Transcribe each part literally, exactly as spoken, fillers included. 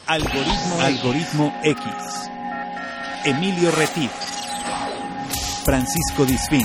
Algoritmo, Algoritmo X. Emilio Retif. Francisco Disfín.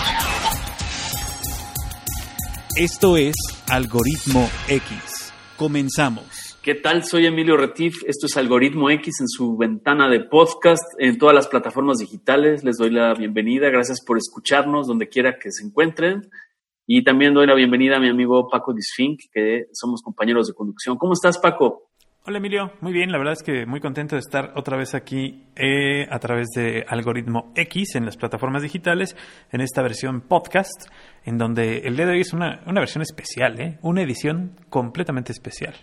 Esto es Algoritmo X. Comenzamos. ¿Qué tal? Soy Emilio Retif. Esto es Algoritmo X en su ventana de podcast en todas las plataformas digitales. Les doy la bienvenida. Gracias por escucharnos donde quiera que se encuentren. Y también doy la bienvenida a mi amigo Paco Disfín, que somos compañeros de conducción. ¿Cómo estás, Paco? Hola, Emilio. Muy bien. La verdad es que muy contento de estar otra vez aquí eh, a través de Algoritmo X en las plataformas digitales, en esta versión podcast, en donde el día de hoy es una, una versión especial, ¿eh? Una edición completamente especial.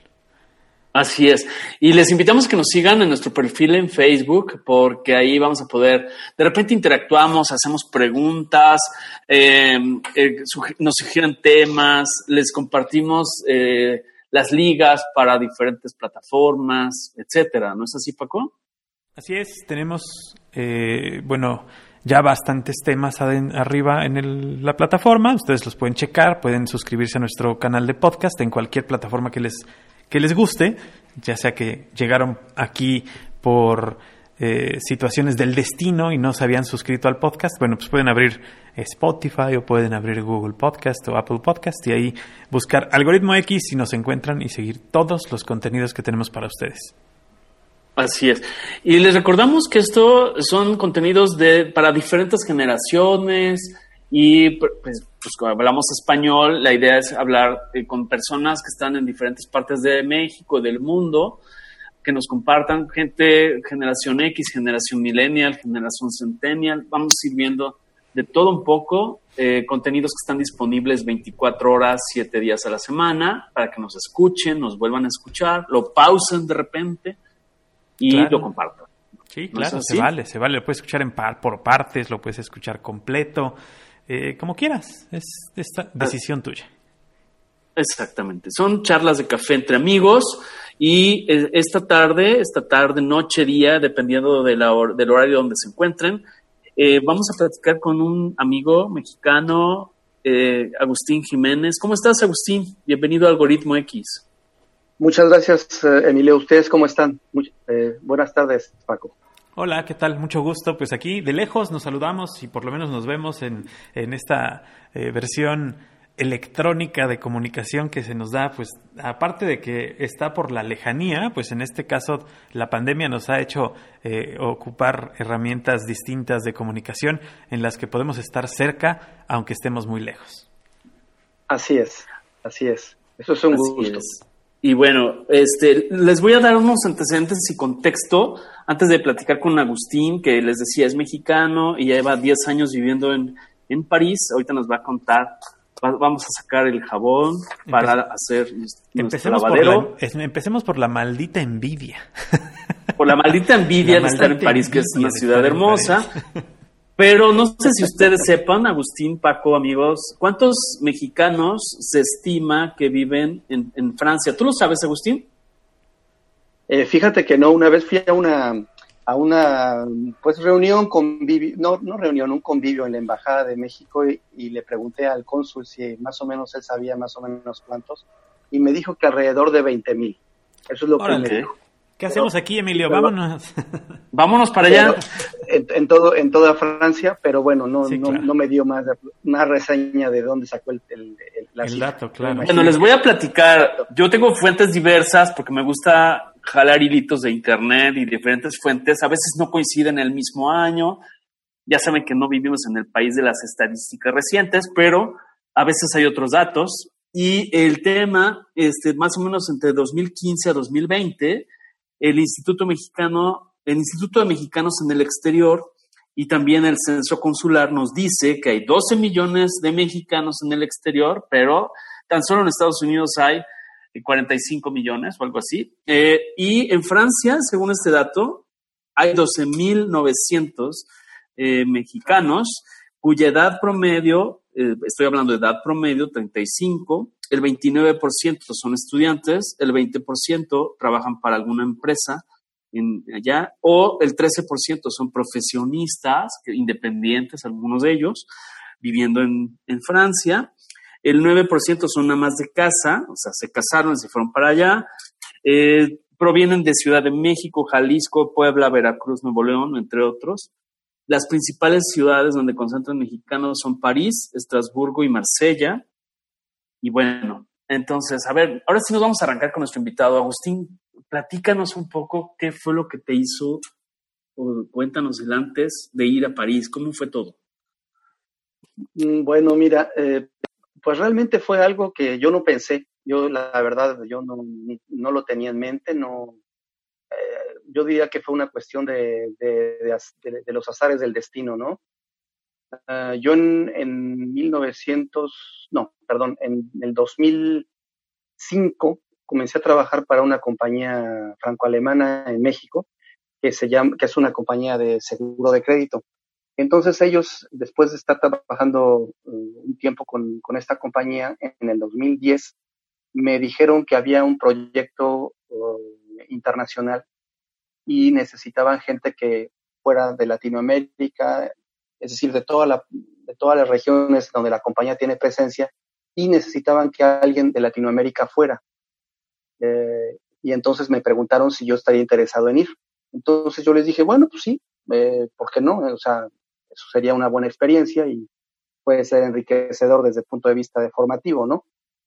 Así es. Y les invitamos a que nos sigan en nuestro perfil en Facebook, porque ahí vamos a poder, de repente interactuamos, hacemos preguntas, eh, eh, suge- nos sugieren temas, les compartimos eh, las ligas para diferentes plataformas, etcétera. ¿No es así, Paco? Así es. Tenemos, eh, bueno, ya bastantes temas aden- arriba en el, la plataforma. Ustedes los pueden checar, pueden suscribirse a nuestro canal de podcast en cualquier plataforma que les que les guste, ya sea que llegaron aquí por eh, situaciones del destino y no se habían suscrito al podcast. Bueno, pues pueden abrir Spotify o pueden abrir Google Podcast o Apple Podcast y ahí buscar Algoritmo X y nos encuentran y seguir todos los contenidos que tenemos para ustedes. Así es. Y les recordamos que esto son contenidos de para diferentes generaciones y pues, pues como hablamos español, la idea es hablar eh, con personas que están en diferentes partes de México, del mundo, que nos compartan, gente, generación X, generación millennial, generación centennial. Vamos a ir viendo de todo un poco, eh, contenidos que están disponibles veinticuatro horas, siete días a la semana, para que nos escuchen, nos vuelvan a escuchar, lo pausen de repente y Claro. lo compartan. Sí, ¿No claro, es se así? vale, se vale. Lo puedes escuchar en par, por partes, lo puedes escuchar completo, eh, como quieras. Es esta decisión tuya. Exactamente. Son charlas de café entre amigos y eh, esta tarde, esta tarde, noche, día, dependiendo de la hor- del horario donde se encuentren, eh, vamos a platicar con un amigo mexicano, eh, Agustín Jiménez. ¿Cómo estás, Agustín? Bienvenido a Algoritmo X. Muchas gracias, eh, Emilio. ¿Ustedes cómo están? Much- eh, buenas tardes, Paco. Hola, ¿qué tal? Mucho gusto. Pues aquí de lejos nos saludamos y por lo menos nos vemos en, en esta eh, versión electrónica de comunicación que se nos da, pues aparte de que está por la lejanía, pues en este caso la pandemia nos ha hecho eh, ocupar herramientas distintas de comunicación en las que podemos estar cerca aunque estemos muy lejos. Así es, así es. Eso es un Así gusto. es. Y bueno, este, les voy a dar unos antecedentes y contexto antes de platicar con Agustín, que les decía es mexicano y ya lleva diez años viviendo en, en París. Ahorita nos va a contar, va- vamos a sacar el jabón para Empe- hacer nuestro Empecemos por, lavadero. la, es- empecemos por la maldita envidia. Por la maldita envidia La de estar en maldita París, que es envidia una de ciudad estar en hermosa. París. Pero no sé si ustedes sepan, Agustín, Paco, amigos, ¿cuántos mexicanos se estima que viven en, en Francia? ¿Tú lo sabes, Agustín? Eh, fíjate que no, una vez fui a una a una pues reunión, convivio, no, no reunión, un convivio en la Embajada de México y, y le pregunté al cónsul si más o menos él sabía más o menos cuántos y me dijo que alrededor de veinte mil. Eso es lo Órale. que me dijo. ¿Qué hacemos aquí, Emilio? pero- Vámonos. Vámonos para allá. Pero, en, en todo en toda Francia, pero bueno, no Sí, no, claro. no me dio más más reseña de dónde sacó el, el, el, la El cifra. dato, claro. Bueno, les voy a platicar. Yo tengo fuentes diversas porque me gusta jalar hilitos de internet y diferentes fuentes. A veces no coinciden el mismo año. Ya saben que no vivimos en el país de las estadísticas recientes, pero a veces hay otros datos. Y el tema, este, más o menos entre dos mil quince a dos mil veinte, el Instituto Mexicano, el Instituto de Mexicanos en el Exterior y también el Censo Consular nos dice que hay doce millones de mexicanos en el exterior, pero tan solo en Estados Unidos hay cuarenta y cinco millones o algo así. Eh, y en Francia, según este dato, hay doce mil novecientos eh, mexicanos cuya edad promedio, eh, estoy hablando de edad promedio, treinta y cinco, el veintinueve por ciento son estudiantes, el veinte por ciento trabajan para alguna empresa en, allá, o el trece por ciento son profesionistas, que, independientes, algunos de ellos, viviendo en, en Francia. El nueve por ciento son amas de casa, o sea, se casaron y se fueron para allá. Eh, provienen de Ciudad de México, Jalisco, Puebla, Veracruz, Nuevo León, entre otros. Las principales ciudades donde concentran mexicanos son París, Estrasburgo y Marsella. Y bueno, entonces, a ver, ahora sí nos vamos a arrancar con nuestro invitado. Agustín, platícanos un poco qué fue lo que te hizo, o cuéntanos el antes de ir a París, ¿cómo fue todo? Bueno, mira, eh, pues realmente fue algo que yo no pensé. Yo, la verdad, yo no, no lo tenía en mente, no... Eh, yo diría que fue una cuestión de, de, de, de los azares del destino, ¿no? Uh, yo en, en mil novecientos, no, perdón, en el dos mil cinco comencé a trabajar para una compañía franco-alemana en México, que se llama, que es una compañía de seguro de crédito. Entonces ellos, después de estar trabajando uh, un tiempo con, con esta compañía, en el dos mil diez, me dijeron que había un proyecto uh, internacional y necesitaban gente que fuera de Latinoamérica, es decir, de, toda la, de todas las regiones donde la compañía tiene presencia, y necesitaban que alguien de Latinoamérica fuera. Eh, y entonces me preguntaron si yo estaría interesado en ir. Entonces yo les dije, bueno, pues sí, eh, ¿por qué no? O sea, eso sería una buena experiencia y puede ser enriquecedor desde el punto de vista de formativo, ¿no?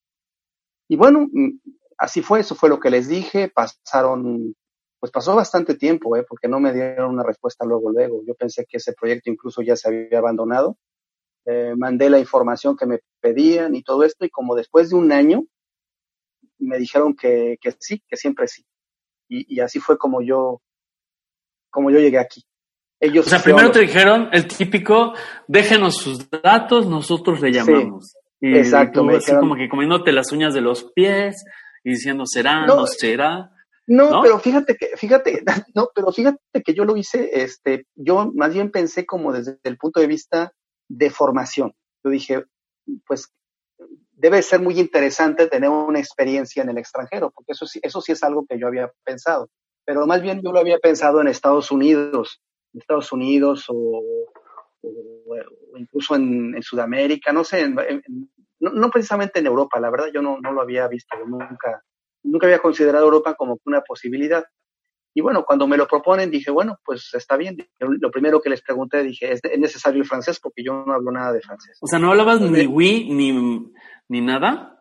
Y bueno, así fue, eso fue lo que les dije. Pasaron, pues pasó bastante tiempo, ¿eh? Porque no me dieron una respuesta luego, luego. Yo pensé que ese proyecto incluso ya se había abandonado. Eh, mandé la información que me pedían y todo esto, y como después de un año, me dijeron que, que sí, que siempre sí. Y, y así fue como yo, como yo llegué aquí. Ellos o sea, primero te dijeron el típico, déjenos sus datos, nosotros le llamamos. Sí, y exacto. tú Me así dijeron, como que comiéndote las uñas de los pies y diciendo, ¿será, no, no será? No, no, pero fíjate que, fíjate, no, pero fíjate que yo lo hice, este, yo más bien pensé como desde el punto de vista de formación. Yo dije, pues, debe ser muy interesante tener una experiencia en el extranjero, porque eso sí, eso sí es algo que yo había pensado. Pero más bien yo lo había pensado en Estados Unidos, en Estados Unidos o, o, o incluso en, en Sudamérica, no sé, en, en, no, no precisamente en Europa, la verdad yo no, no lo había visto, nunca, nunca había considerado Europa como una posibilidad. Y bueno, cuando me lo proponen dije, bueno, pues está bien. Lo primero que les pregunté, dije, ¿es necesario el francés? Porque yo no hablo nada de francés. O sea, ¿no hablabas ni oui ni, ni nada?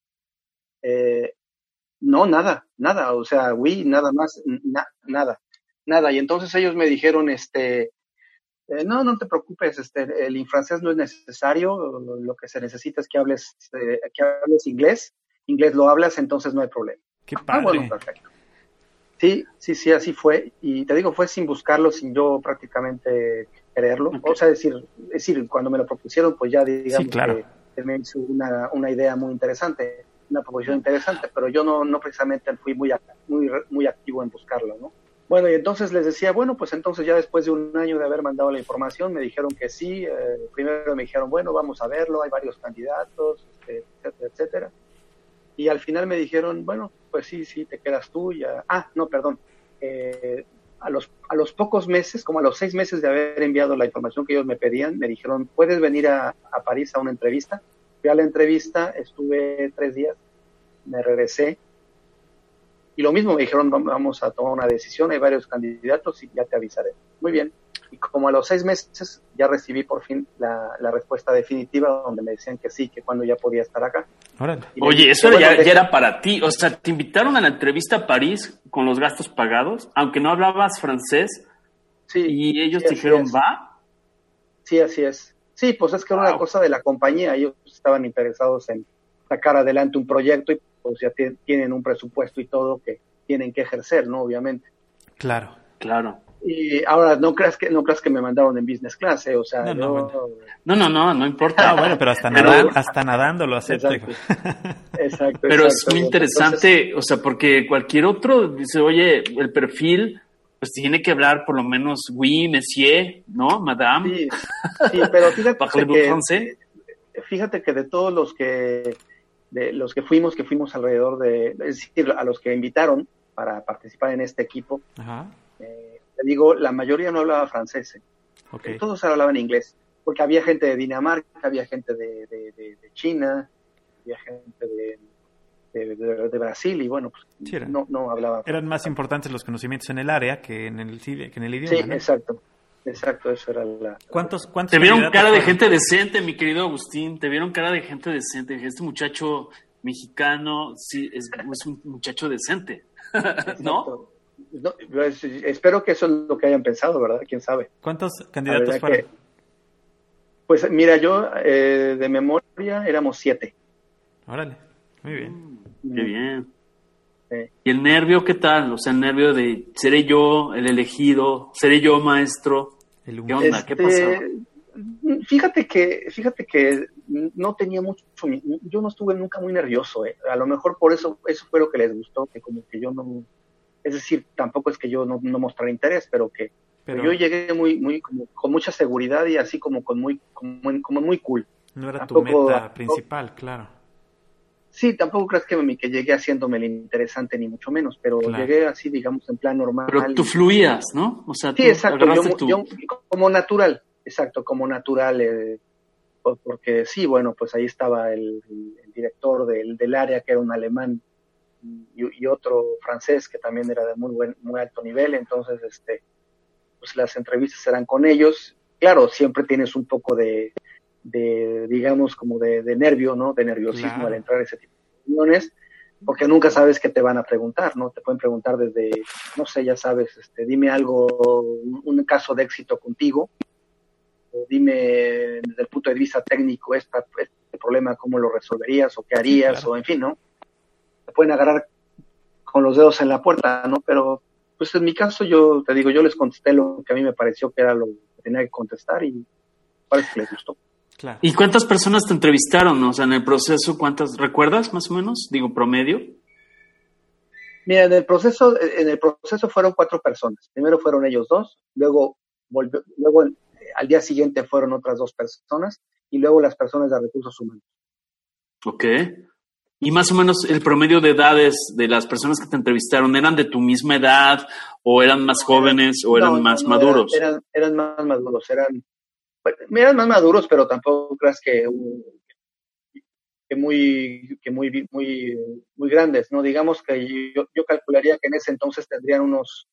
Eh, no, nada, nada. O sea, oui, nada más, na, nada, nada. Y entonces ellos me dijeron, este, eh, no, no te preocupes, este, el francés no es necesario. Lo, lo que se necesita es que hables, eh, que hables inglés. Inglés lo hablas, entonces no hay problema. Qué padre. Ah, bueno, perfecto. Sí, sí, sí, así fue. Y te digo, fue sin buscarlo, sin yo prácticamente quererlo. Okay. O sea, decir, es decir, cuando me lo propusieron, pues ya digamos sí, claro. que me hizo una, una idea muy interesante, una proposición interesante, pero yo no, no precisamente fui muy, muy, muy activo en buscarlo, ¿no? Bueno, y entonces les decía, bueno, pues entonces ya después de un año de haber mandado la información, me dijeron que sí. Eh, primero me dijeron, bueno, vamos a verlo, hay varios candidatos, este, etcétera, etcétera. Y al final me dijeron, bueno, pues sí, sí, te quedas tú. Ya. Ah, no, perdón. Eh, a, los, a los pocos meses, como a los seis meses de haber enviado la información que ellos me pedían, me dijeron, ¿puedes venir a, a París a una entrevista? Fui a la entrevista, estuve tres días, me regresé. Y lo mismo me dijeron, vamos a tomar una decisión, hay varios candidatos y ya te avisaré. Muy bien. Y como a los seis meses ya recibí por fin la, la respuesta definitiva donde me decían que sí, que cuando ya podía estar acá. Oye, eso bueno, ya, ya era para ti. O sea, te invitaron a la entrevista a París con los gastos pagados, aunque no hablabas francés. Sí. Y ellos sí, te dijeron, es. ¿va? Sí, así es. Sí, pues es que era wow. una cosa de la compañía. Ellos estaban interesados en sacar adelante un proyecto y pues ya t- tienen un presupuesto y todo que tienen que ejercer, ¿no? Obviamente. Claro. Claro. Y ahora, no creas que no creas que me mandaron en business class, ¿eh? O sea, no, yo... no, bueno. no, no, no, no importa. No, bueno, pero hasta, nadando, hasta nadando lo acepto. Exacto, exacto. Pero exacto, es muy interesante, entonces... o sea, porque cualquier otro dice, oye, el perfil, pues tiene que hablar por lo menos oui, monsieur, ¿no? Madame. Sí, sí, pero fíjate que, francés. fíjate que de todos los que, de los que fuimos, que fuimos alrededor de, es decir, a los que invitaron para participar en este equipo, Ajá. Eh, te digo, la mayoría no hablaba francés, ¿eh? Okay. Todos hablaban inglés, porque había gente de Dinamarca, había gente de, de, de, de China, había gente de, de, de, de Brasil y bueno, pues sí, era, no, no hablaba. Eran más importantes los conocimientos en el área que en el, que en el idioma. Sí, ¿no? exacto. Exacto, eso era la... ¿Cuántos, cuántos Te vieron cara de fueron? gente decente, mi querido Agustín. Te vieron cara de gente decente. Este muchacho mexicano, sí, es, es un muchacho decente. ¿No? No, pues, espero que eso es lo que hayan pensado, ¿verdad? ¿Quién sabe? ¿Cuántos candidatos fueron? Que, pues mira, yo eh, de memoria éramos siete. Órale, muy bien. Qué bien. Sí. ¿Y el nervio qué tal? O sea, el nervio de seré yo el elegido, seré yo maestro. El ¿Qué onda? Este, ¿Qué pasaba? Fíjate que, fíjate que no tenía mucho, yo no estuve nunca muy nervioso, ¿eh? A lo mejor por eso, eso fue lo que les gustó, que como que yo no, es decir, tampoco es que yo no, no mostrara interés, pero que pero yo llegué muy, muy, como, con mucha seguridad y así como con muy, como, como muy cool. No era tampoco, tu meta tampoco, principal, claro. Sí, tampoco creas que, que llegué haciéndome el interesante ni mucho menos, pero claro. llegué así, digamos, en plan normal. Pero tú fluías, ¿no? O sea, sí, tú exacto, yo, tu... yo como natural, exacto, como natural, eh, porque sí, bueno, pues ahí estaba el, el director del, del área, que era un alemán, y, y otro francés, que también era de muy buen, muy alto nivel, entonces, este, pues las entrevistas eran con ellos. Claro, siempre tienes un poco de, de digamos, como de, de nervio, ¿no? De nerviosismo claro. al entrar a ese tipo de reuniones, porque nunca sabes qué te van a preguntar, ¿no? Te pueden preguntar desde, no sé, ya sabes, este, dime algo, un, un caso de éxito contigo, o dime desde el punto de vista técnico esta, este problema, cómo lo resolverías, o qué harías, sí, claro. o en fin, ¿no? Te pueden agarrar con los dedos en la puerta, ¿no? Pero, pues en mi caso, yo te digo, yo les contesté lo que a mí me pareció que era lo que tenía que contestar y parece que les gustó. Claro. ¿Y cuántas personas te entrevistaron? O sea, en el proceso, ¿cuántas recuerdas más o menos? Digo, promedio. Mira, en el proceso, en el proceso fueron cuatro personas. Primero fueron ellos dos, luego volvió, luego eh, al día siguiente fueron otras dos personas y luego las personas de recursos humanos. Ok. Y más o menos el promedio de edades de las personas que te entrevistaron, ¿eran de tu misma edad o eran más jóvenes o eran no, más no, no, maduros? Eran, eran, eran más maduros, eran, eran más maduros, pero tampoco creas que, que muy, que muy, muy, muy grandes, ¿no? Digamos que yo, yo calcularía que en ese entonces tendrían unos,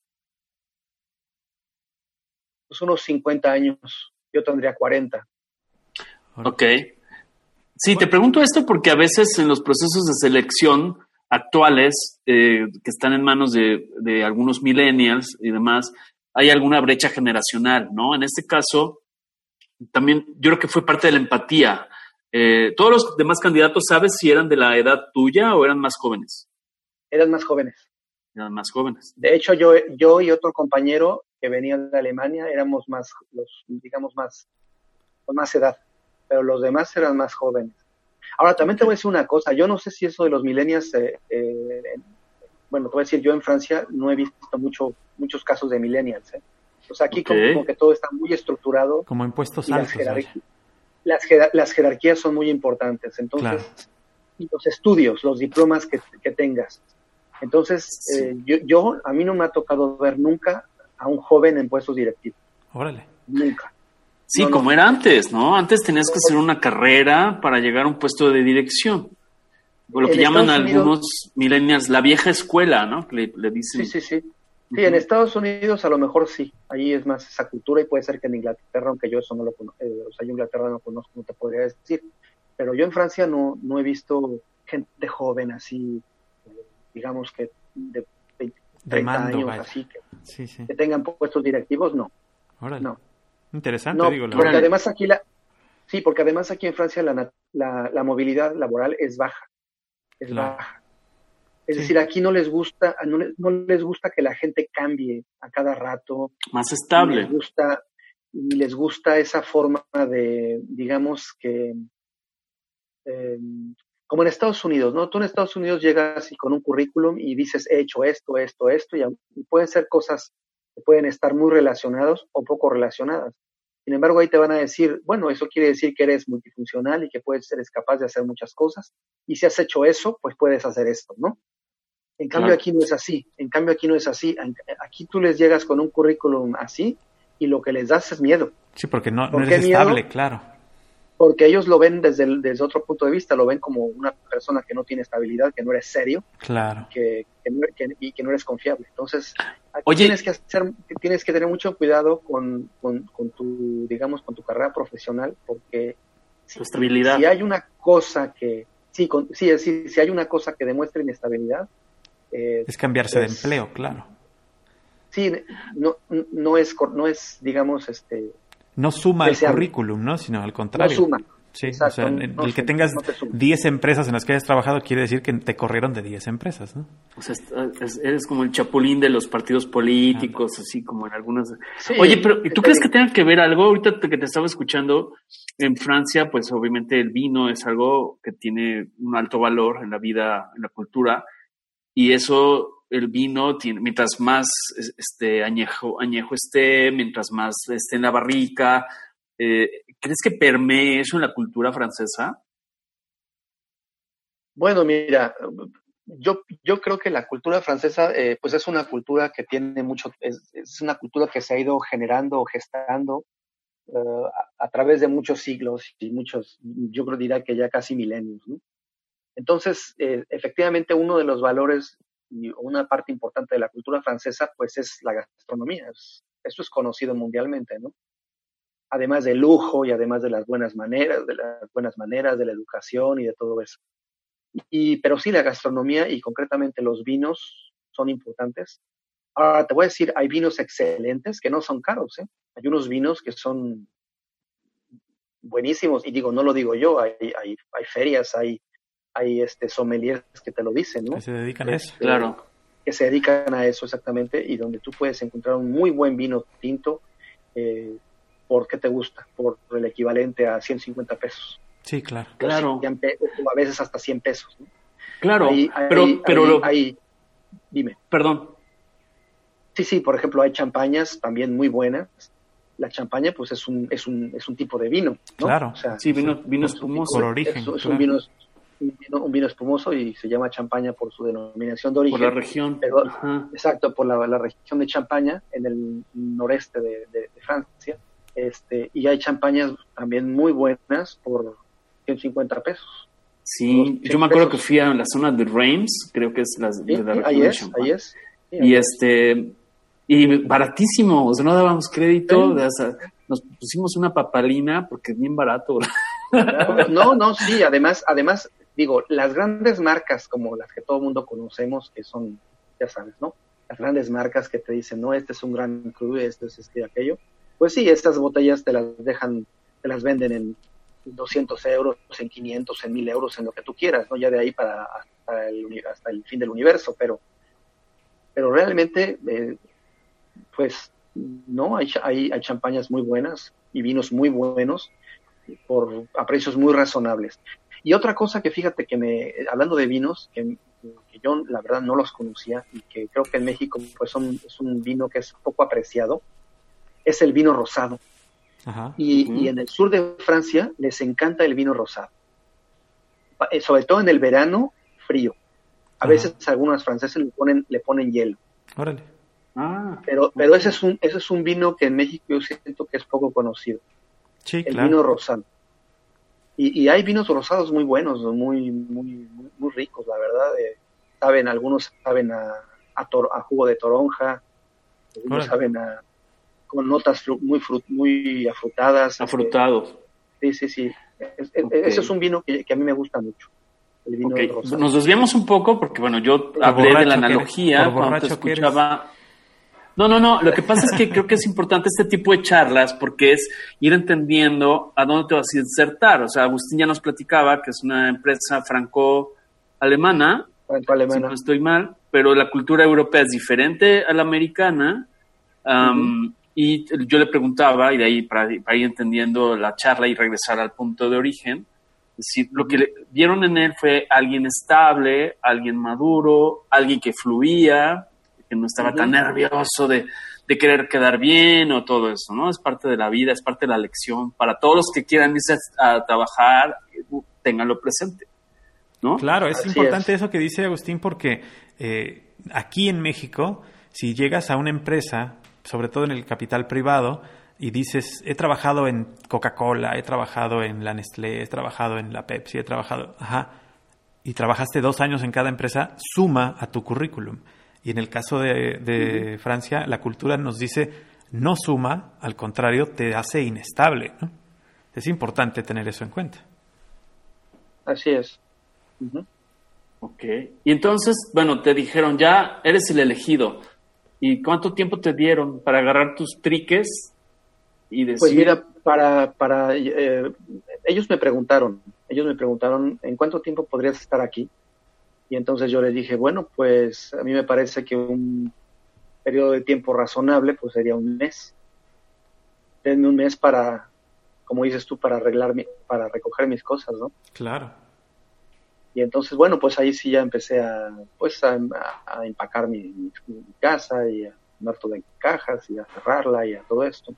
pues unos cincuenta años, yo tendría cuarenta. Ok. Sí, te pregunto esto porque a veces en los procesos de selección actuales, eh, que están en manos de, de algunos millennials y demás, hay alguna brecha generacional, ¿no? En este caso, también yo creo que fue parte de la empatía. Eh, ¿Todos los demás candidatos sabes si eran de la edad tuya o eran más jóvenes? Eran más jóvenes. Eran más jóvenes. De hecho, yo, yo y otro compañero que venía de Alemania éramos más, los, digamos, más, con más edad. Pero los demás eran más jóvenes. Ahora, también te voy a decir una cosa, yo no sé si eso de los millennials, eh, eh, bueno, te voy a decir, yo en Francia no he visto mucho, muchos casos de millennials, ¿eh? O sea, aquí okay. como, como que todo está muy estructurado. Como impuestos altos. Las, jerarqu- las, jer- las jerarquías son muy importantes, entonces, claro. y los estudios, los diplomas que, que tengas. Entonces, sí. eh, yo, yo, a mí no me ha tocado ver nunca a un joven en puestos directivos. Órale. Nunca. Sí, no, como no. era antes, ¿no? Antes tenías que hacer una carrera para llegar a un puesto de dirección. Lo que llaman Estados algunos Unidos, millennials la vieja escuela, ¿no? Le, le dicen. Sí, sí, sí. Sí, uh-huh. En Estados Unidos a lo mejor sí. Ahí es más esa cultura y puede ser que en Inglaterra, aunque yo eso no lo conozco, eh, o sea, yo Inglaterra no conozco, no te podría decir. Pero yo en Francia no, no he visto gente joven así, digamos que de treinta mando, años, vaya. Así, que, sí, sí. que tengan puestos directivos, no. Órale. No. Interesante, no, digo. La porque verdad. además aquí la, sí, porque además aquí en Francia la, la, la movilidad laboral es baja, es claro. baja. Es sí. decir, aquí no les gusta, no les, no les gusta que la gente cambie a cada rato. Más estable. Y les gusta, y les gusta esa forma de, digamos que, eh, como en Estados Unidos, ¿no? Tú en Estados Unidos llegas y con un currículum y dices, he hecho esto, esto, esto, y, y pueden ser cosas que pueden estar muy relacionadas o poco relacionadas. Sin embargo, ahí te van a decir, bueno, eso quiere decir que eres multifuncional y que puedes ser capaz de hacer muchas cosas. Y si has hecho eso, pues puedes hacer esto, ¿no? En cambio, claro. aquí no es así. En cambio, aquí no es así. Aquí tú les llegas con un currículum así y lo que les das es miedo. Sí, porque no, no eres estable, claro. Porque ellos lo ven desde, el, desde otro punto de vista, lo ven como una persona que no tiene estabilidad, que no eres serio, claro, que, que, no, que y que no eres confiable. Entonces, aquí Oye, tienes que hacer, tienes que tener mucho cuidado con, con, con tu, digamos, con tu carrera profesional, porque tu si, estabilidad. si hay una cosa que, sí, con, sí, sí, si hay una cosa que demuestre inestabilidad, eh, es cambiarse pues, de empleo, claro. Sí, no, no es, no es, digamos, este. No suma al deseable. currículum, ¿no? Sino al contrario. No suma. Sí, Exacto, o sea, el no que suma, tengas no te suma. diez empresas en las que hayas trabajado quiere decir que te corrieron de diez empresas, ¿no? O sea, es- eres como el chapulín de los partidos políticos, así como en algunas... Sí, Oye, pero ¿tú te crees digo. que tenga que ver algo? Ahorita que te estaba escuchando, en Francia, pues obviamente el vino es algo que tiene un alto valor en la vida, en la cultura, y eso, el vino, tiene, mientras más este añejo, añejo esté, mientras más esté en la barrica, eh, ¿crees que permee eso en la cultura francesa? Bueno, mira, yo, yo creo que la cultura francesa, eh, pues es una cultura que tiene mucho, es, es una cultura que se ha ido generando o gestando uh, a, a través de muchos siglos y muchos, yo creo diría que ya casi milenios, ¿no? Entonces, eh, efectivamente, uno de los valores y una parte importante de la cultura francesa, pues es la gastronomía. Es, eso es conocido mundialmente, ¿no? Además del lujo y además de las buenas maneras, de las buenas maneras, de la educación y de todo eso. Y, pero sí, la gastronomía y concretamente los vinos son importantes. Ahora, te voy a decir, hay vinos excelentes que no son caros, ¿eh? Hay unos vinos que son buenísimos, y digo, no lo digo yo, hay, hay, hay ferias, hay, hay este sommeliers que te lo dicen, ¿no? Que se dedican a eso. Este, Claro. Que se dedican a eso exactamente, y donde tú puedes encontrar un muy buen vino tinto, eh, ¿por qué te gusta? Por el equivalente a ciento cincuenta pesos. Sí, claro. Claro. O a veces hasta cien pesos, ¿no? Claro, Ahí, ahí, pero, ahí, pero lo, ahí, dime. perdón. Sí, sí, por ejemplo, hay champañas también muy buenas. La champaña, pues, es un, es un, es un tipo de vino, ¿no? Claro. O sea, Sí, vino, vino es un espumoso. Por tipo- origen, Es, es claro. un, vino, un, vino, un vino espumoso y se llama champaña por su denominación de origen. Por la región. Pero, Ajá. exacto, por la, la región de Champaña, en el noreste de, de, de Francia. Este, y hay champañas también muy buenas por ciento cincuenta pesos. Sí, Los yo me acuerdo pesos. que fui a la zona de Reims, creo que es la, Sí, de la sí, región ahí de es, Champagne. ahí es. Sí, Y ahí es. este, y baratísimo, o sea, no dábamos crédito, Sí. o sea, nos pusimos una papalina porque es bien barato. Claro. No, no, sí, además, además, digo, las grandes marcas como las que todo el mundo conocemos, que son, ya sabes, ¿no? Las grandes marcas que te dicen, no, este es un gran cru, este es este y aquello. Pues sí, estas botellas te las dejan, te las venden en doscientos euros, en quinientos, en mil euros, en lo que tú quieras, ¿no? Ya de ahí para hasta el, uni- hasta el fin del universo, pero, pero realmente, eh, pues, no, hay, cha- hay, hay champañas muy buenas y vinos muy buenos por a precios muy razonables. Y otra cosa que fíjate que me, hablando de vinos, que, que yo la verdad no los conocía y que creo que en México pues son, es un vino que es poco apreciado, es el vino rosado. Ajá. Y, Ujú. y en el sur de Francia les encanta el vino rosado. Pa- eh, Sobre todo en el verano frío. A Ajá. veces algunos franceses le ponen, le ponen hielo. Órale. Ah, Pero, pero ese es un, ese es un vino que en México yo siento que es poco conocido. Sí, El claro. vino rosado. Y, y hay vinos rosados muy buenos, muy, muy, muy, muy ricos, la verdad. Eh, saben, algunos saben a, a, tor- a jugo de toronja, algunos Órale. saben a con notas fru- muy frut- muy afrutadas. este, afrutados. sí, sí, sí. Es- es- Ok. Ese es un vino que, que a mí me gusta mucho. El vino Ok, rosado. nos desviamos un poco porque, bueno, yo Por hablé de borracho la que eres, analogía por cuando te borracho que eres. escuchaba. No, no, no, lo que pasa es que creo que es importante este tipo de charlas porque es ir entendiendo a dónde te vas a insertar. O sea, Agustín ya nos platicaba que es una empresa franco-alemana, si Franco-alemana. no estoy mal, pero la cultura europea es diferente a la americana. Um, Y yo le preguntaba, y de ahí para, para ir entendiendo la charla y regresar al punto de origen, es decir, lo que le- vieron en él fue alguien estable, alguien maduro, alguien que fluía, que no estaba Ujú. tan nervioso de, de querer quedar bien o todo eso, ¿no? Es parte de la vida, es parte de la lección. Para todos los que quieran irse a, a trabajar, eh, ténganlo presente, ¿no? Claro, es Así importante es. eso que dice Agustín porque eh, aquí en México, si llegas a una empresa, sobre todo en el capital privado, y dices, he trabajado en Coca-Cola, he trabajado en la Nestlé, he trabajado en la Pepsi, he trabajado... Ajá. Y trabajaste dos años en cada empresa, suma a tu currículum. Y en el caso de, de uh-huh. Francia, la cultura nos dice, no suma, al contrario, te hace inestable, ¿no? Es importante tener eso en cuenta. Así es. Uh-huh. Ok. Y entonces, bueno, te dijeron, ya eres el elegido. ¿Y cuánto tiempo te dieron para agarrar tus triques y decir...? Pues mira, para... para eh, ellos me preguntaron, ellos me preguntaron, ¿en cuánto tiempo podrías estar aquí? Y entonces yo les dije, bueno, pues a mí me parece que un periodo de tiempo razonable, pues sería un mes. Denme un mes para, como dices tú, para arreglar, mi, para recoger mis cosas, ¿no? Claro. Y entonces, bueno, pues ahí sí ya empecé a, pues a, a, a empacar mi, mi, mi casa y a poner todo en cajas y a cerrarla y a todo esto.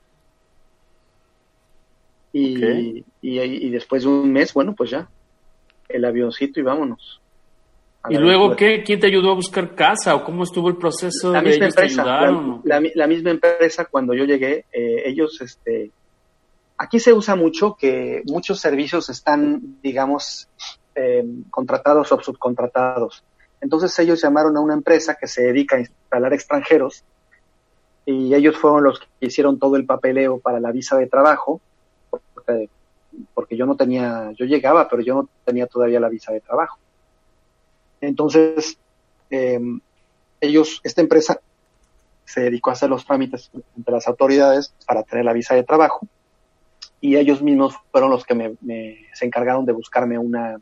Y, okay. y, y, y después de un mes, bueno, pues ya, el avioncito y vámonos. ¿Y luego qué? ¿Quién te ayudó a buscar casa? ¿O cómo estuvo el proceso? La de misma ellos empresa, te ayudaron, la, la, la misma empresa cuando yo llegué, eh, ellos, este, aquí se usa mucho que muchos servicios están, digamos, eh, contratados o subcontratados. Entonces ellos llamaron a una empresa que se dedica a instalar extranjeros y ellos fueron los que hicieron todo el papeleo para la visa de trabajo, porque, porque yo no tenía, yo llegaba, pero yo no tenía todavía la visa de trabajo. Entonces, eh, ellos, esta empresa se dedicó a hacer los trámites entre las autoridades para tener la visa de trabajo y ellos mismos fueron los que me, me se encargaron de buscarme una,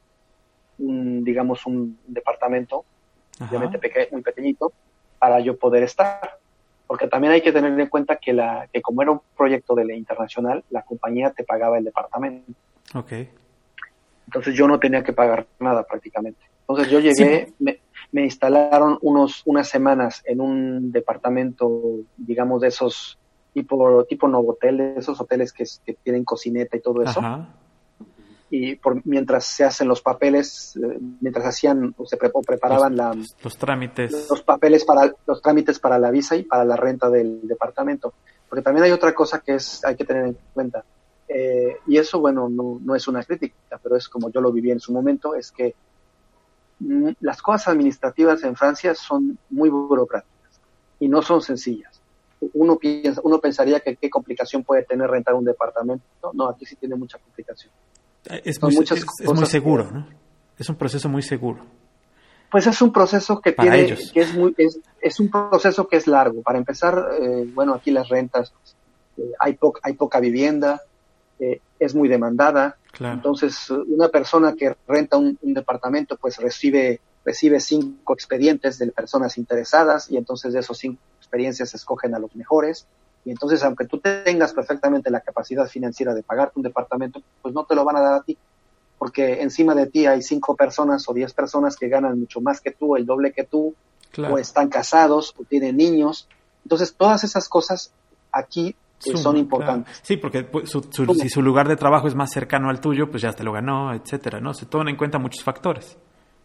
un, digamos, un departamento, obviamente peque, muy pequeñito, para yo poder estar. Porque también hay que tener en cuenta que, la, que como era un proyecto de la internacional, la compañía te pagaba el departamento. Okay. Entonces yo no tenía que pagar nada prácticamente. Entonces yo llegué, sí. me, me instalaron unos unas semanas en un departamento, digamos, de esos tipo tipo Novotel, de esos hoteles que, que tienen cocineta y todo eso. Ajá. Y por, mientras se hacen los papeles, eh, mientras hacían o se pre, o preparaban los, la, los, los trámites. Los papeles para los trámites para la visa y para la renta del departamento. Porque también hay otra cosa que es hay que tener en cuenta. Eh, y eso, bueno, no, no es una crítica, pero es como yo lo viví en su momento, es que mm, las cosas administrativas en Francia son muy burocráticas y no son sencillas. Uno piensa, uno pensaría que qué complicación puede tener rentar un departamento. No, no, aquí sí tiene mucha complicación. Es muy, es, es muy seguro, que, ¿no? Es un proceso muy seguro. Pues es un proceso que para tiene, ellos. que es muy, es, es un proceso que es largo. Para empezar, eh, bueno, aquí las rentas, eh, hay poca, hay poca vivienda, eh, es muy demandada. Claro. Entonces, una persona que renta un, un departamento, pues recibe, recibe cinco expedientes de personas interesadas y entonces de esos cinco experiencias se escogen a los mejores. Y entonces, aunque tú tengas perfectamente la capacidad financiera de pagarte un departamento, pues no te lo van a dar a ti, porque encima de ti hay cinco personas o diez personas que ganan mucho más que tú, el doble que tú, claro. O están casados, o tienen niños. Entonces, todas esas cosas aquí eh, Suma, son importantes. Claro. Sí, porque pues, su, su, si su lugar de trabajo es más cercano al tuyo, pues ya te lo ganó, etcétera, ¿no? Se toman en cuenta muchos factores.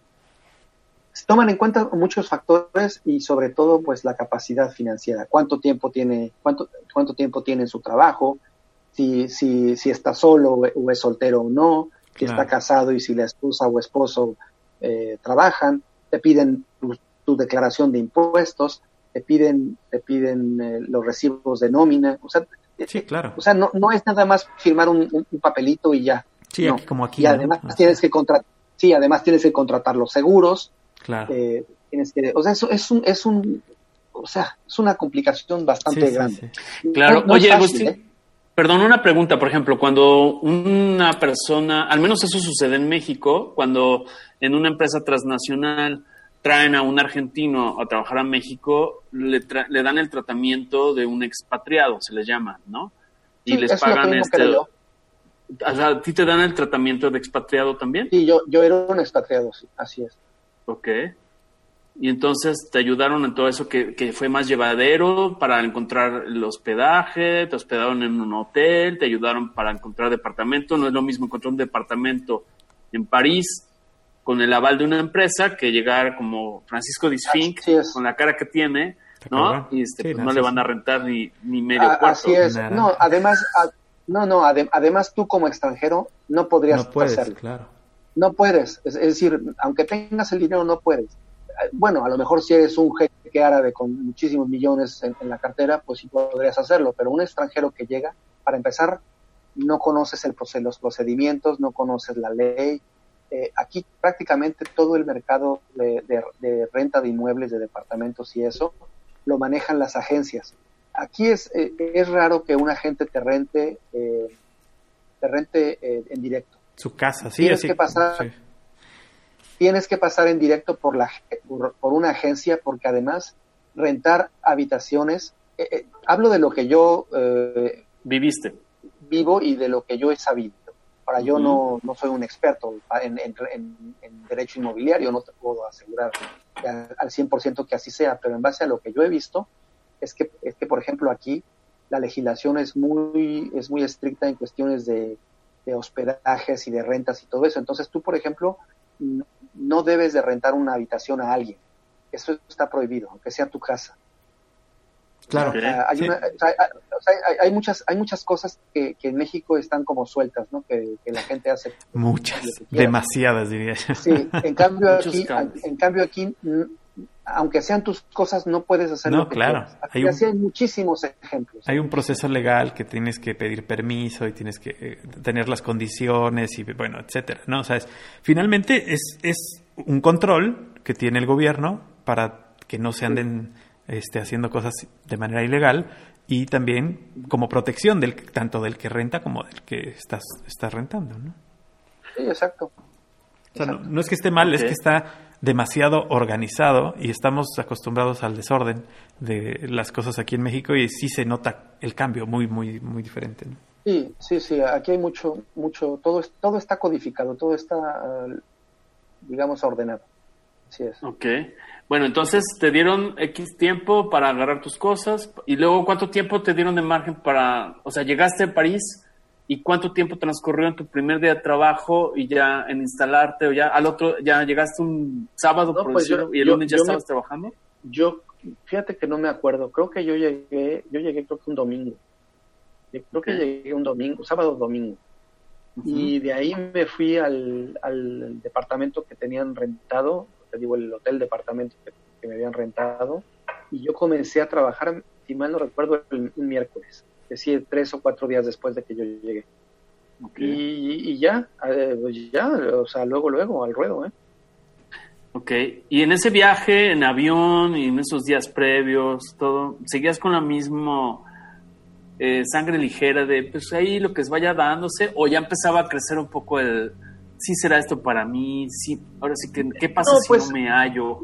Se toman en cuenta muchos factores y sobre todo pues la capacidad financiera, cuánto tiempo tiene, cuánto, cuánto tiempo tiene en su trabajo, si, si, si está solo o es soltero o no, si claro. Está casado y si la esposa o esposo eh, trabajan, te piden tu, tu declaración de impuestos, te piden, te piden eh, los recibos de nómina, o sea, sí, claro. O sea, no, no es nada más firmar un, un, un papelito y ya. Sí, no. Aquí, como aquí. Y además ¿no? tienes que contratar, sí, además tienes que contratar los seguros. Claro. Eh, tienes que, o sea, eso es un, es un, o sea, es una complicación bastante sí, grande. Sí, sí. Claro. No, no Oye, fácil, Agustín, ¿eh? Perdón, una pregunta, por ejemplo, cuando una persona, al menos eso sucede en México, cuando en una empresa transnacional traen a un argentino a trabajar a México, le, tra- le dan el tratamiento de un expatriado, se les llama, ¿no? Y sí, les es pagan lo este. yo. O sea, ¿a ti te dan el tratamiento de expatriado también? Sí, yo, yo era un expatriado, sí, así es. Ok. Y entonces te ayudaron en todo eso que, que fue más llevadero para encontrar el hospedaje, te hospedaron en un hotel, te ayudaron para encontrar departamento. No es lo mismo encontrar un departamento en París con el aval de una empresa que llegar como Francisco Disfink, con la cara que tiene, ¿no? Cabrón. Y este, Sí, pues, no, no sí, le van sí. a rentar ni, ni medio A- cuarto. así es. Nada. No, además, a- no, no, ade- además tú como extranjero no podrías No puedes, hacerlo. claro. No puedes, es, es decir, aunque tengas el dinero, no puedes. Eh, Bueno, a lo mejor si eres un jeque árabe con muchísimos millones en, en la cartera, pues sí podrías hacerlo, pero un extranjero que llega, para empezar, no conoces el proce- los procedimientos, no conoces la ley. Eh, aquí prácticamente todo el mercado de, de- de renta de inmuebles, de departamentos y eso, lo manejan las agencias. Aquí es, eh, es raro que un agente te rente, eh, te rente eh, en directo. Su casa, sí, Tienes así. que pasar- sí. Tienes que pasar en directo por, la, por, por una agencia, porque además rentar habitaciones, eh, eh, hablo de lo que yo eh, Viviste. vivo y de lo que yo he sabido. Ahora, yo Ujú. no, no soy un experto en, en, en, en derecho inmobiliario, no te puedo asegurar que al al cien por ciento que así sea, pero en base a lo que yo he visto, es que, es que por ejemplo, aquí la legislación es muy, es muy estricta en cuestiones de, de hospedajes y de rentas y todo eso. Entonces, tú, por ejemplo, n- no debes de rentar una habitación a alguien. Eso está prohibido, aunque sea tu casa. Claro. Ok. O sea, hay, Sí. una- o sea, hay- o sea, hay- hay muchas hay muchas cosas que, que en México están como sueltas, ¿no? Que, que la gente hace Muchas, lo que quiera. demasiadas, diría yo. Sí, en cambio Muchos aquí, cambios. en cambio aquí, mm, aunque sean tus cosas, no puedes hacer No, lo que claro. quieras. Aquí Hay un- así hay muchísimos ejemplos. Hay un proceso legal que tienes que pedir permiso y tienes que eh, tener las condiciones y, bueno, etcétera, ¿no? O sea, es- finalmente es, es un control que tiene el gobierno para que no se anden este, haciendo cosas de manera ilegal y también como protección del tanto del que renta como del que estás, estás rentando, ¿no? Sí, exacto. O sea, no, no es que esté mal, Ok. es que está demasiado organizado y estamos acostumbrados al desorden de las cosas aquí en México y sí se nota el cambio muy, muy, muy diferente, ¿no? Sí, sí, sí. Aquí hay mucho, mucho. Todo es- todo está codificado, todo está, ah, digamos, ordenado. Así es. Ok. Bueno, entonces te dieron X tiempo para agarrar tus cosas y luego ¿cuánto tiempo te dieron de margen para, o sea, llegaste a París y cuánto tiempo transcurrió en tu primer día de trabajo y ya en instalarte o ya al otro, ya llegaste un sábado, No, por pues yo- decirlo, y el yo- lunes ya yo me- estabas trabajando? Yo, fíjate que no me acuerdo. Creo que yo llegué, yo llegué creo que un domingo. Yo Creo que Ok. llegué un domingo, sábado o domingo. Y de ahí me fui al, al departamento que tenían rentado, te digo, el hotel departamento que, que me habían rentado, y yo comencé a trabajar, si mal no recuerdo, el, un miércoles, es decir, tres o cuatro días después de que yo llegué. Ok. Y, y ya, eh, pues ya, o sea, luego, luego, al ruedo, ¿eh? Ok, y en ese viaje, en avión y en esos días previos, todo, ¿seguías con la misma eh, sangre ligera de, pues ahí lo que vaya dándose, o ya empezaba a crecer un poco el, sí será esto para mí, sí, ahora sí que, ¿qué pasa No, si pues- no me hallo?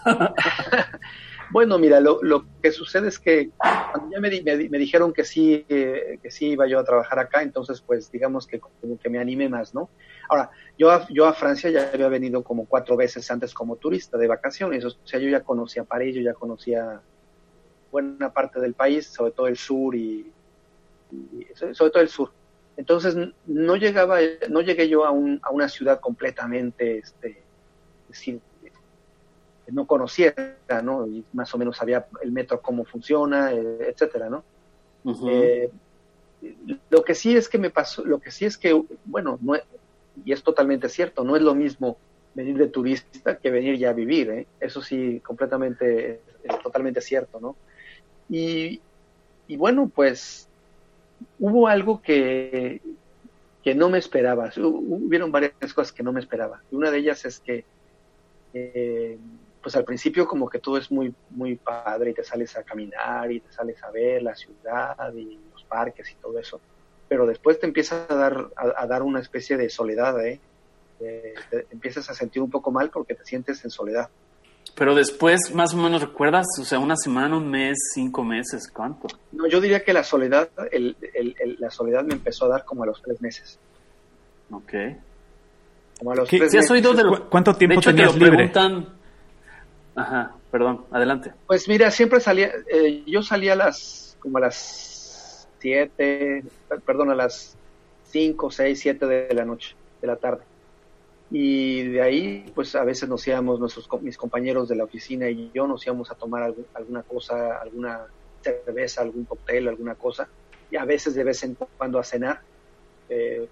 Bueno, mira, lo, lo que sucede es que cuando ya me, di- me, di- me dijeron que sí, eh, que sí iba yo a trabajar acá, entonces pues digamos que como que me animé más, ¿no? Ahora, yo a, yo a Francia ya había venido como cuatro veces antes como turista de vacaciones, o sea, yo ya conocía París, yo ya conocía buena parte del país, sobre todo el sur y, y sobre sobre todo el sur. Entonces no llegaba, no llegué yo a, un, a una ciudad completamente, este, decir, que no conociera, ¿no? Y más o menos sabía el metro cómo funciona, eh, etcétera, ¿no? Ujú. Eh, lo que sí es que me pasó, lo que sí es que, bueno, no es- y es totalmente cierto, no es lo mismo venir de turista que venir ya a vivir, ¿eh? Eso sí, completamente, es totalmente cierto, ¿no? Y, y bueno, pues hubo algo que, que no me esperaba, Hu- hubieron varias cosas que no me esperaba. Y una de ellas es que eh, pues al principio como que todo es muy muy padre y te sales a caminar y te sales a ver la ciudad y los parques y todo eso, pero después te empieza a dar a, a dar una especie de soledad, ¿eh? Eh, te empiezas a sentir un poco mal porque te sientes en soledad. Pero después, más o menos, ¿recuerdas? O sea, una semana, un mes, cinco meses, ¿cuánto? No, yo diría que la soledad el, el, el, la soledad me empezó a dar como a los tres meses, Ok. como a los ¿Qué- tres ¿Sí has meses. oído de lo, ¿Cu- cuánto tiempo de hecho, tenías te lo libre? preguntan. Ajá, perdón, adelante. Pues mira, siempre salía, eh, yo salía a las, como a las siete, perdón, a las cinco, seis, siete de la noche, de la tarde. Y de ahí, pues a veces nos íbamos, nuestros, mis compañeros de la oficina y yo nos íbamos a tomar algo, alguna cosa, alguna cerveza, algún cóctel, alguna cosa, y a veces de vez en cuando a cenar. Eh,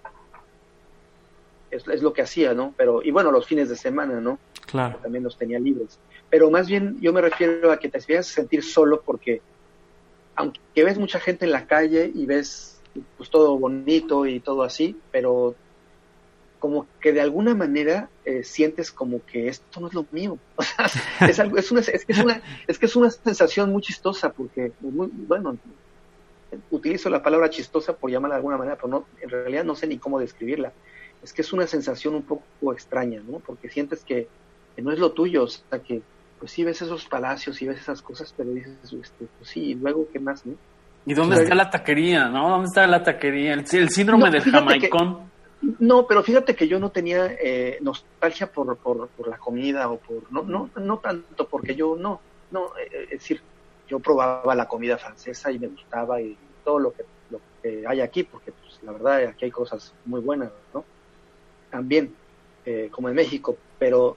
es, es lo que hacía, ¿no? Pero, y bueno, los fines de semana, ¿no? Claro. También los tenía libres. Pero más bien yo me refiero a que te hacías sentir solo porque aunque ves mucha gente en la calle y ves pues todo bonito y todo así, pero como que de alguna manera eh, sientes como que esto no es lo mío. O sea, es algo, es una, es que es una, es que es una sensación muy chistosa porque, muy, bueno, utilizo la palabra chistosa por llamarla de alguna manera, pero no, en realidad no sé ni cómo describirla. Es que es una sensación un poco extraña, ¿no? Porque sientes que, que no es lo tuyo, o sea, que pues sí ves esos palacios y ves esas cosas, pero dices, este, pues sí, y luego, ¿qué más, no? ¿Y dónde Pero, está la taquería, no? ¿Dónde está la taquería? El, el síndrome no, del jamaicón. Que, no, pero fíjate que yo no tenía eh, nostalgia por, por, por la comida o por... No, no, no tanto, porque yo no, no, eh, es decir, yo probaba la comida francesa y me gustaba y todo lo que, lo que hay aquí, porque pues la verdad aquí hay cosas muy buenas, ¿no? También, eh, como en México, pero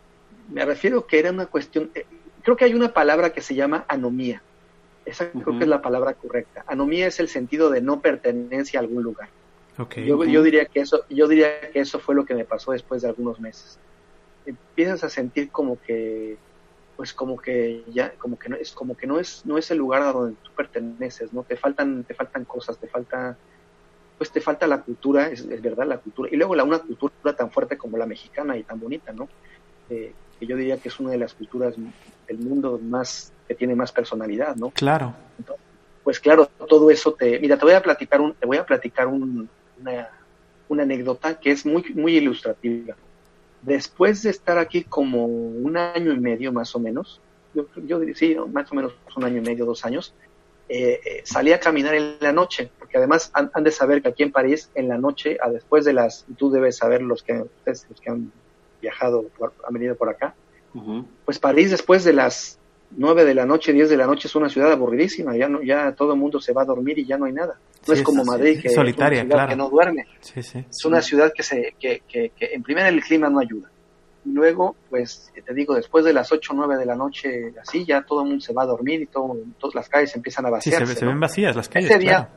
me refiero que era una cuestión, eh, creo que hay una palabra que se llama anomía, esa uh-huh. creo que es la palabra correcta. Anomía es el sentido de no pertenencia a algún lugar. Okay. Yo, uh-huh. yo diría que eso, yo diría que eso fue lo que me pasó después de algunos meses. Empiezas a sentir como que, pues como que ya, como que no es, como que no es, no es el lugar a donde tú perteneces, ¿no? Te faltan, te faltan cosas, te falta pues te falta la cultura, es, es verdad, la cultura, y luego la una cultura tan fuerte como la mexicana y tan bonita, ¿no? Eh, que yo diría que es una de las culturas del mundo más, que tiene más personalidad, ¿no? Claro. Entonces, pues claro, todo eso te, mira, te voy a platicar un, te voy a platicar un, una, una anécdota que es muy, muy ilustrativa. Después de estar aquí como un año y medio más o menos, yo, yo diría, sí, más o menos un año y medio, dos años, Eh, eh, salí a caminar en la noche, porque además han, han de saber que aquí en París, en la noche, a después de las, tú debes saber los que ustedes, los que han viajado, por, han venido por acá, uh-huh. pues París después de las nueve de la noche, diez de la noche es una ciudad aburridísima, ya no, ya todo el mundo se va a dormir y ya no hay nada. No sí, es como Madrid, sí, que solitaria, es una ciudad claro. que no duerme. Sí, sí, es una sí. ciudad que se, que, que, que en primera el clima no ayuda. Y luego, pues, te digo, después de las ocho o nueve de la noche, así, ya todo el mundo se va a dormir y todo, todas las calles empiezan a vaciarse. Sí, se, se ¿no? ven vacías las calles, ese día, claro.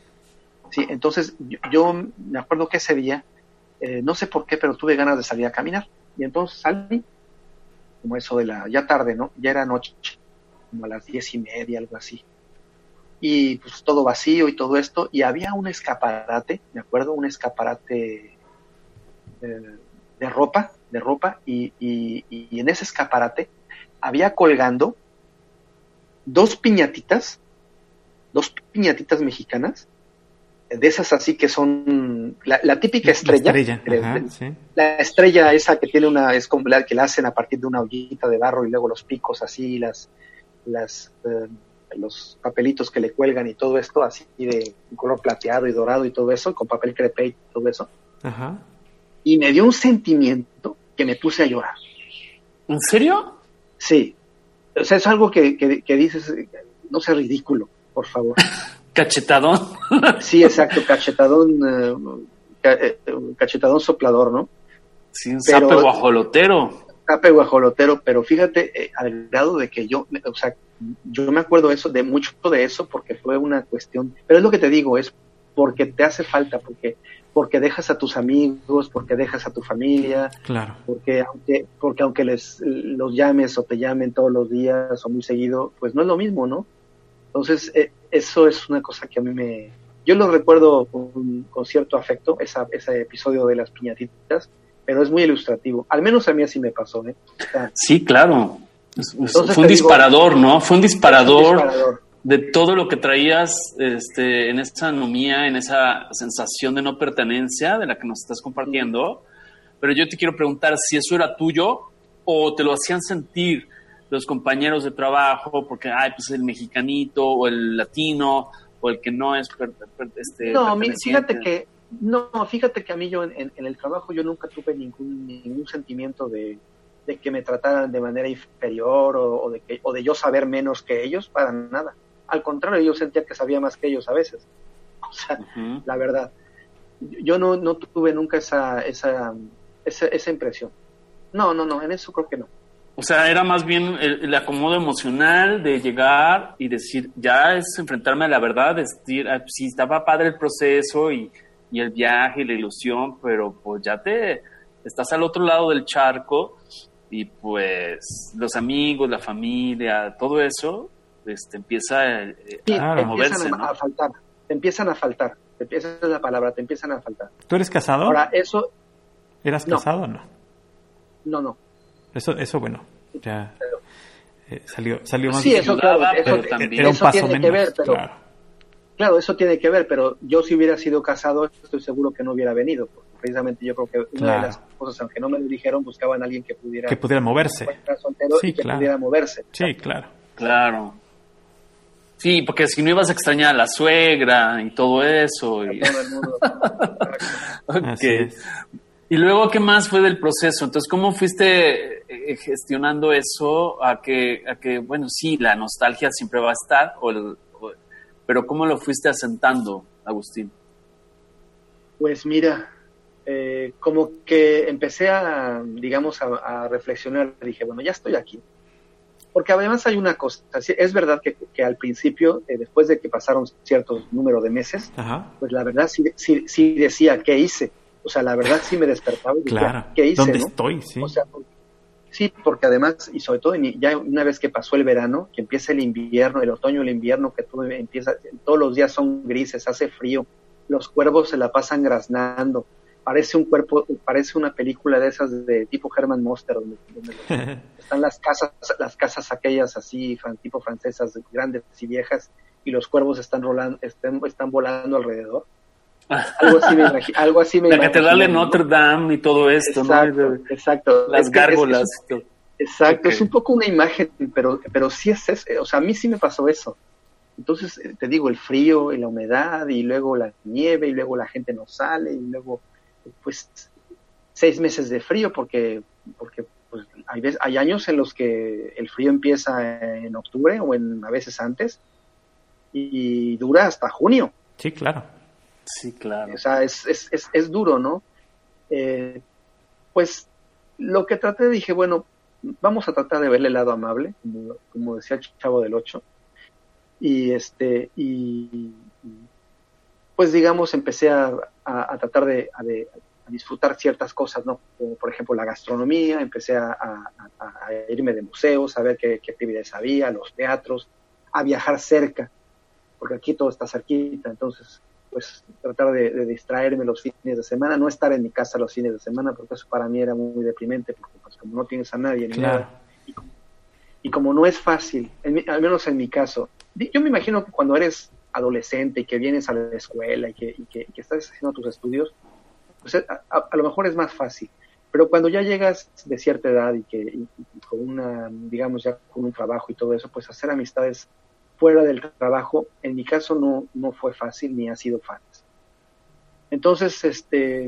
Sí, entonces, yo, yo me acuerdo que ese día, eh, no sé por qué, pero tuve ganas de salir a caminar. Y entonces salí, como eso de la, ya tarde, ¿no? Ya era noche, como a las diez y media, algo así. Y pues todo vacío y todo esto, y había un escaparate, me acuerdo, un escaparate eh, de ropa, de ropa y, y, y en ese escaparate había colgando dos piñatitas, dos piñatitas mexicanas, de esas así que son la, la típica estrella, la estrella, de, ajá, de, sí. la estrella esa que tiene una, es como la que la hacen a partir de una ollita de barro y luego los picos así, las, las, eh, los papelitos que le cuelgan y todo esto así de color plateado y dorado y todo eso, con papel crepé y todo eso. Ajá. Y me dio un sentimiento que me puse a llorar. ¿En serio? Sí. O sea, es algo que, que, que dices, no sea ridículo, por favor. Cachetadón. Sí, exacto, cachetadón, eh, cachetadón soplador, ¿no? Sí, un pero, zape guajolotero. Zape guajolotero, pero fíjate, eh, al grado de que yo, o sea, yo me acuerdo eso, de mucho de eso, porque fue una cuestión, pero es lo que te digo, es porque te hace falta, porque porque dejas a tus amigos, porque dejas a tu familia, claro. porque aunque porque aunque les los llames o te llamen todos los días o muy seguido, pues no es lo mismo, ¿no? Entonces eh, eso es una cosa que a mí me, yo lo recuerdo con, con cierto afecto, esa, ese episodio de las piñatitas, pero es muy ilustrativo. Al menos a mí así me pasó, ¿eh? O sea, sí, claro. Entonces, fue un disparador, digo, ¿no? Fue un disparador. Un disparador. De todo lo que traías este, en esa anomía, en esa sensación de no pertenencia de la que nos estás compartiendo. Pero yo te quiero preguntar si eso era tuyo o te lo hacían sentir los compañeros de trabajo, porque, ay, pues el mexicanito o el latino o el que no es per, per, este, no, fíjate que no, fíjate que a mí yo en, en el trabajo yo nunca tuve ningún ningún sentimiento de, de que me trataran de manera inferior o, o de que o de yo saber menos que ellos, para nada. Al contrario, yo sentía que sabía más que ellos a veces. O sea, uh-huh. la verdad. Yo no, no tuve nunca esa, esa, esa, esa impresión. No, no, no, en eso creo que no. O sea, era más bien el, el acomodo emocional de llegar y decir, ya es enfrentarme a la verdad, es decir, sí, estaba padre el proceso y, y el viaje y la ilusión, pero pues ya te estás al otro lado del charco y pues los amigos, la familia, todo eso este, empieza eh, sí, a, a moverse, empiezan a, ¿no? a faltar, te empiezan a faltar, esa es la palabra, te empiezan a faltar. ¿Tú eres casado? Ahora, eso... ¿Eras no. casado o no? No, no. Eso, eso bueno, ya eh, salió, salió más. Sí, bien. eso claro, pero eso, también. Era un eso paso tiene menos, que ver, pero claro. claro, eso tiene que ver, pero yo si hubiera sido casado, estoy seguro que no hubiera venido, porque precisamente yo creo que una Claro. de las cosas, aunque no me lo dijeron, buscaban a alguien que pudiera, Que pudiera moverse. estar soltero Sí, y que claro. pudiera moverse. Sí, claro. Claro. Sí, porque si no ibas a extrañar a la suegra y todo eso. Y... A todo el mundo. Ok. Así es. Y luego, ¿qué más fue del proceso? Entonces, ¿cómo fuiste eh, gestionando eso a que, a que, bueno, sí, la nostalgia siempre va a estar, o el, o, pero ¿cómo lo fuiste asentando, Agustín? Pues mira, eh, como que empecé a, digamos, a, a reflexionar, dije, bueno, ya estoy aquí. Porque además hay una cosa, es verdad que, que al principio, eh, después de que pasaron cierto número de meses, Ajá. pues la verdad sí, sí, sí decía, ¿qué hice? O sea, la verdad sí me despertaba y decía, Claro. ¿qué hice? ¿Dónde ¿no? estoy? Sí. O sea, porque, sí, porque además, y sobre todo ya una vez que pasó el verano, que empieza el invierno, el otoño, el invierno, que todo empieza, todos los días son grises, hace frío, los cuervos se la pasan graznando, parece un cuerpo, parece una película de esas de tipo Herman Monster, donde, donde los, están las casas, las casas aquellas así, tipo francesas, grandes y viejas, y los cuervos están rolando, están, están volando alrededor. Algo así me imagino. Algo así me la imagino, Catedral de ¿no? Notre Dame y todo esto, exacto, ¿no? Exacto. Las es que gárgolas. Es, es, exacto, okay. Es un poco una imagen, pero, pero sí es eso. O sea, a mí sí me pasó eso. Entonces, te digo, el frío y la humedad, y luego la nieve, y luego la gente no sale, y luego, pues, seis meses de frío, porque, porque pues, hay, veces, hay años en los que el frío empieza en octubre o en a veces antes, y dura hasta junio. Sí, claro. Sí, claro. O sea, es, es, es, es duro, ¿no? Eh, pues lo que traté, dije, bueno, vamos a tratar de verle el lado amable, como, como decía el Chavo del Ocho. Y este, y pues digamos, empecé a, a, a tratar de, a, de a disfrutar ciertas cosas, ¿no? Como por ejemplo la gastronomía, empecé a, a, a irme de museos, a ver qué, qué actividades había, los teatros, a viajar cerca, porque aquí todo está cerquita, entonces pues tratar de, de distraerme los fines de semana, no estar en mi casa los fines de semana, porque eso para mí era muy, muy deprimente, porque pues como no tienes a nadie ni claro. nada, y como, y como no es fácil, en mi, al menos en mi caso, yo me imagino que cuando eres adolescente y que vienes a la escuela y que, y que, y que estás haciendo tus estudios, pues a, a, a lo mejor es más fácil, pero cuando ya llegas de cierta edad y que y, y con una, digamos ya con un trabajo y todo eso, pues hacer amistades fuera del trabajo, en mi caso no, no fue fácil ni ha sido fácil. Entonces, este,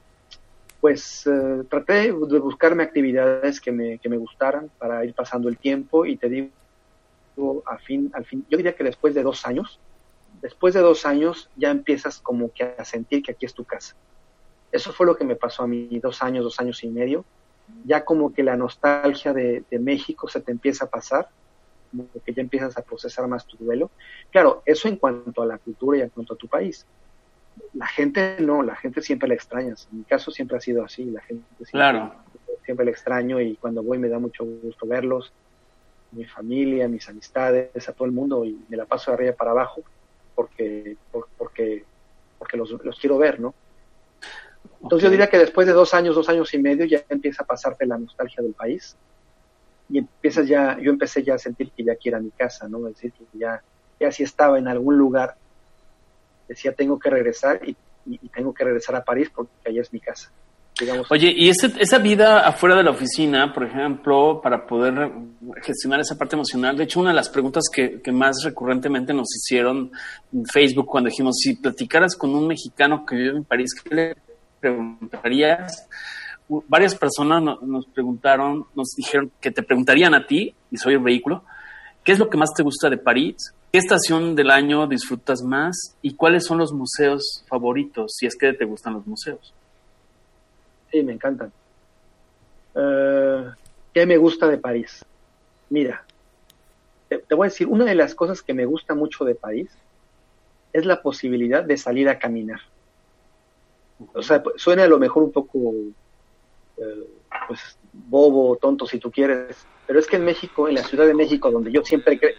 pues eh, traté de buscarme actividades que me, que me gustaran para ir pasando el tiempo y te digo, a fin, al fin, yo diría que después de dos años, después de dos años ya empiezas como que a sentir que aquí es tu casa. Eso fue lo que me pasó a mí, dos años, dos años y medio. Ya como que la nostalgia de, de México se te empieza a pasar, como que ya empiezas a procesar más tu duelo. Claro, eso en cuanto a la cultura y en cuanto a tu país. La gente no, la gente siempre la extrañas. En mi caso siempre ha sido así, la gente siempre, claro. siempre la extraño y cuando voy me da mucho gusto verlos, mi familia, mis amistades, a todo el mundo y me la paso de arriba para abajo porque, por, porque, porque los, los quiero ver, ¿no? Entonces okay. Yo diría que después de dos años, dos años y medio ya empieza a pasarte la nostalgia del país y empiezas ya, yo empecé ya a sentir que ya aquí era mi casa, ¿no? Es decir, que ya, ya si estaba en algún lugar, decía tengo que regresar y, y, y tengo que regresar a París porque allá es mi casa. Digamos. Oye, y ese, esa vida afuera de la oficina, por ejemplo, para poder gestionar esa parte emocional, de hecho una de las preguntas que, que más recurrentemente nos hicieron en Facebook cuando dijimos, si platicaras con un mexicano que vive en París, ¿qué le preguntarías? Varias personas no, nos preguntaron, nos dijeron que te preguntarían a ti, y soy el vehículo, ¿qué es lo que más te gusta de París? ¿Qué estación del año disfrutas más? ¿Y cuáles son los museos favoritos, si es que te gustan los museos? Sí, me encantan. Uh, ¿Qué me gusta de París? Mira, te, te voy a decir, una de las cosas que me gusta mucho de París es la posibilidad de salir a caminar. O sea, suena a lo mejor un poco eh, pues bobo, tonto si tú quieres, pero es que en México, en la Ciudad de México, donde yo siempre creo...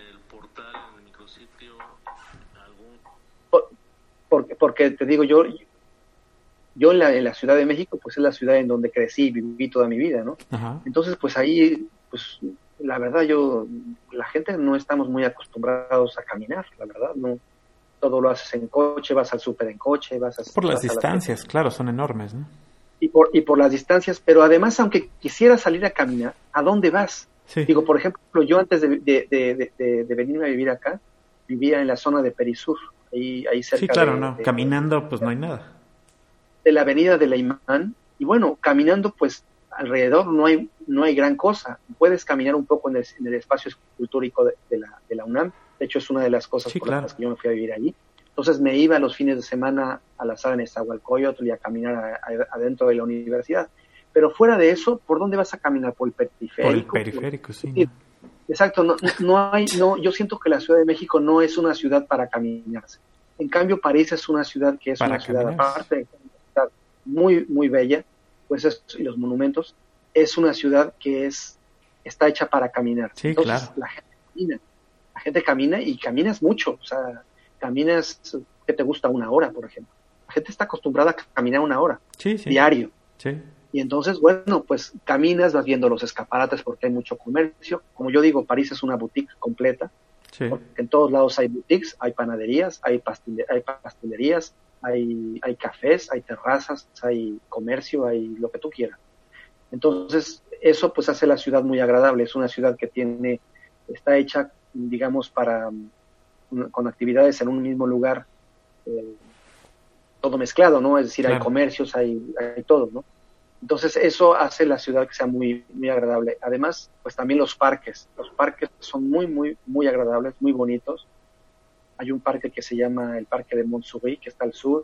Por, porque, porque te digo, yo yo en la, en la Ciudad de México, pues es la ciudad en donde crecí y viví toda mi vida, ¿no? Ajá. Entonces, pues ahí, pues la verdad yo, la gente no estamos muy acostumbrados a caminar, la verdad, no. Todo lo haces en coche, vas al súper en coche, vas a... Por las vas distancias, a la... claro, son enormes, ¿no? Y por, y por las distancias, pero además, aunque quisieras salir a caminar, ¿a dónde vas? Sí. Digo, por ejemplo, yo antes de, de, de, de, de venirme a vivir acá, vivía en la zona de Perisur, ahí, ahí cerca sí, claro, de, no. de, Caminando, pues no hay nada. De la avenida de la Imán, y bueno, caminando, pues alrededor no hay no hay gran cosa. Puedes caminar un poco en el, en el espacio escultórico de, de, la, de la UNAM. De hecho, es una de las cosas sí, por claro. las que yo me fui a vivir allí. Entonces me iba los fines de semana a la sala en Nezahualcóyotl y a caminar a, a, adentro de la universidad. Pero fuera de eso, ¿por dónde vas a caminar? ¿Por el periférico? Por el periférico, por... sí. sí. Exacto, no, no hay, no, yo siento que la Ciudad de México no es una ciudad para caminarse. En cambio, París es una ciudad que es para una ciudad, caminarse. aparte de estar muy, muy bella, pues es, y los monumentos, es una ciudad que es está hecha para caminar. Sí, Entonces, claro. la gente camina, la gente camina y caminas mucho, o sea, caminas, ¿qué te gusta? Una hora, por ejemplo. La gente está acostumbrada a caminar una hora, sí, sí. diario. Sí. Y entonces, bueno, pues caminas, vas viendo los escaparates porque hay mucho comercio. Como yo digo, París es una boutique completa. Sí. Porque en todos lados hay boutiques, hay panaderías, hay, pastile- hay pastelerías, hay, hay cafés, hay terrazas, hay comercio, hay lo que tú quieras. Entonces, eso pues hace la ciudad muy agradable. Es una ciudad que tiene, está hecha, digamos, para con actividades en un mismo lugar, eh, todo mezclado, ¿no? Es decir, claro. hay comercios, hay, hay todo, ¿no? Entonces, eso hace la ciudad que sea muy, muy agradable. Además, pues también los parques. Los parques son muy, muy, muy agradables, muy bonitos. Hay un parque que se llama el Parque de Montsouris, que está al sur.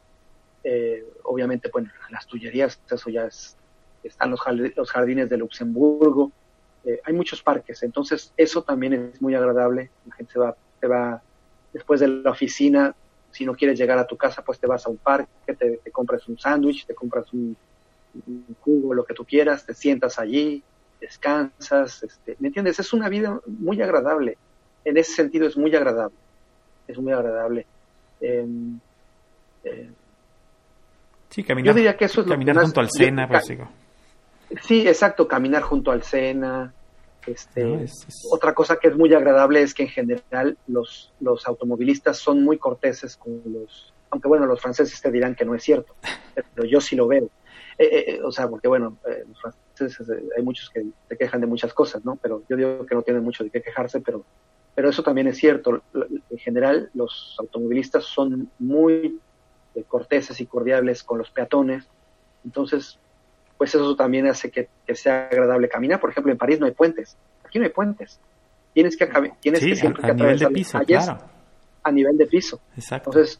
Eh, obviamente, bueno, las Tullerías, eso ya es... Están los, jard- los jardines de Luxemburgo. Eh, hay muchos parques. Entonces, eso también es muy agradable. La gente se va, se va después de la oficina. Si no quieres llegar a tu casa, pues te vas a un parque, te, te compras un sándwich, te compras un un jugo, lo que tú quieras, te sientas allí, descansas, este, ¿me entiendes? Es una vida muy agradable, en ese sentido es muy agradable, es muy agradable. Eh, eh, sí, caminar, yo diría que eso es caminar lo que junto más, al Sena, yo, pues digo. Sí, exacto, caminar junto al Sena. Este, no, es, es... Otra cosa que es muy agradable es que en general los, los automovilistas son muy corteses con los, aunque bueno, los franceses te dirán que no es cierto, pero yo sí lo veo. Eh, eh, o sea, porque bueno, eh, los franceses, eh, hay muchos que se quejan de muchas cosas, ¿no? Pero yo digo que no tienen mucho de qué quejarse, pero, pero eso también es cierto. En general, los automovilistas son muy eh, corteses y cordiales con los peatones, entonces, pues eso también hace que, que sea agradable caminar. Por ejemplo, en París no hay puentes, aquí no hay puentes. Tienes que, tienes sí, que siempre a, que a nivel de atravesar piso, las calles claro. a nivel de piso. Exacto. Entonces,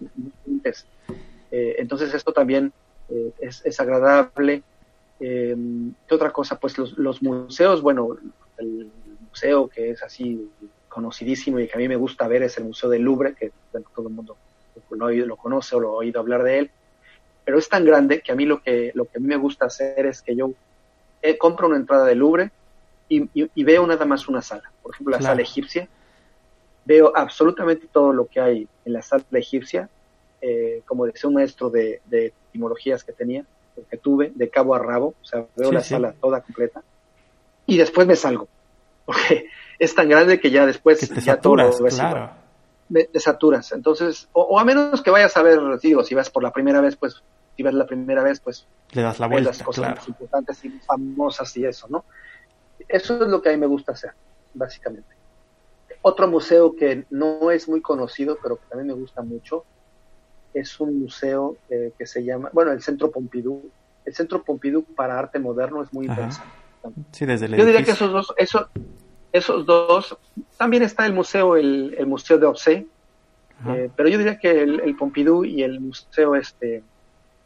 eh, entonces esto también Eh, es, es agradable. Eh, ¿Qué otra cosa? Pues los, los museos, bueno, el museo que es así conocidísimo y que a mí me gusta ver es el Museo del Louvre, que bueno, todo el mundo lo, lo conoce o lo ha oído hablar de él, pero es tan grande que a mí lo que, lo que a mí me gusta hacer es que yo eh, compro una entrada del Louvre y, y, y veo nada más una sala. Por ejemplo, la claro. sala egipcia. Veo absolutamente todo lo que hay en la sala egipcia. Eh, como decía un maestro de, de etimologías que tenía, que tuve, de cabo a rabo, o sea, veo sí, la sí. sala toda completa, y después me salgo, porque es tan grande que ya después que te ya saturas, todo ves claro. igual. Me, te saturas, entonces, o, o a menos que vayas a ver, digo, si vas por la primera vez, pues, si vas la primera vez, pues, le das la ves vuelta, las cosas claro. más importantes y famosas y eso, ¿no? Eso es lo que a mí me gusta hacer, básicamente. Otro museo que no es muy conocido, pero que también me gusta mucho, es un museo eh, que se llama, bueno, el Centro Pompidou. El Centro Pompidou para arte moderno es muy Ajá. interesante. Sí, desde el Yo diría edificio. que esos dos, eso, esos dos, también está el museo, el, el Museo de Orsay, eh, pero yo diría que el, el Pompidou y el museo este,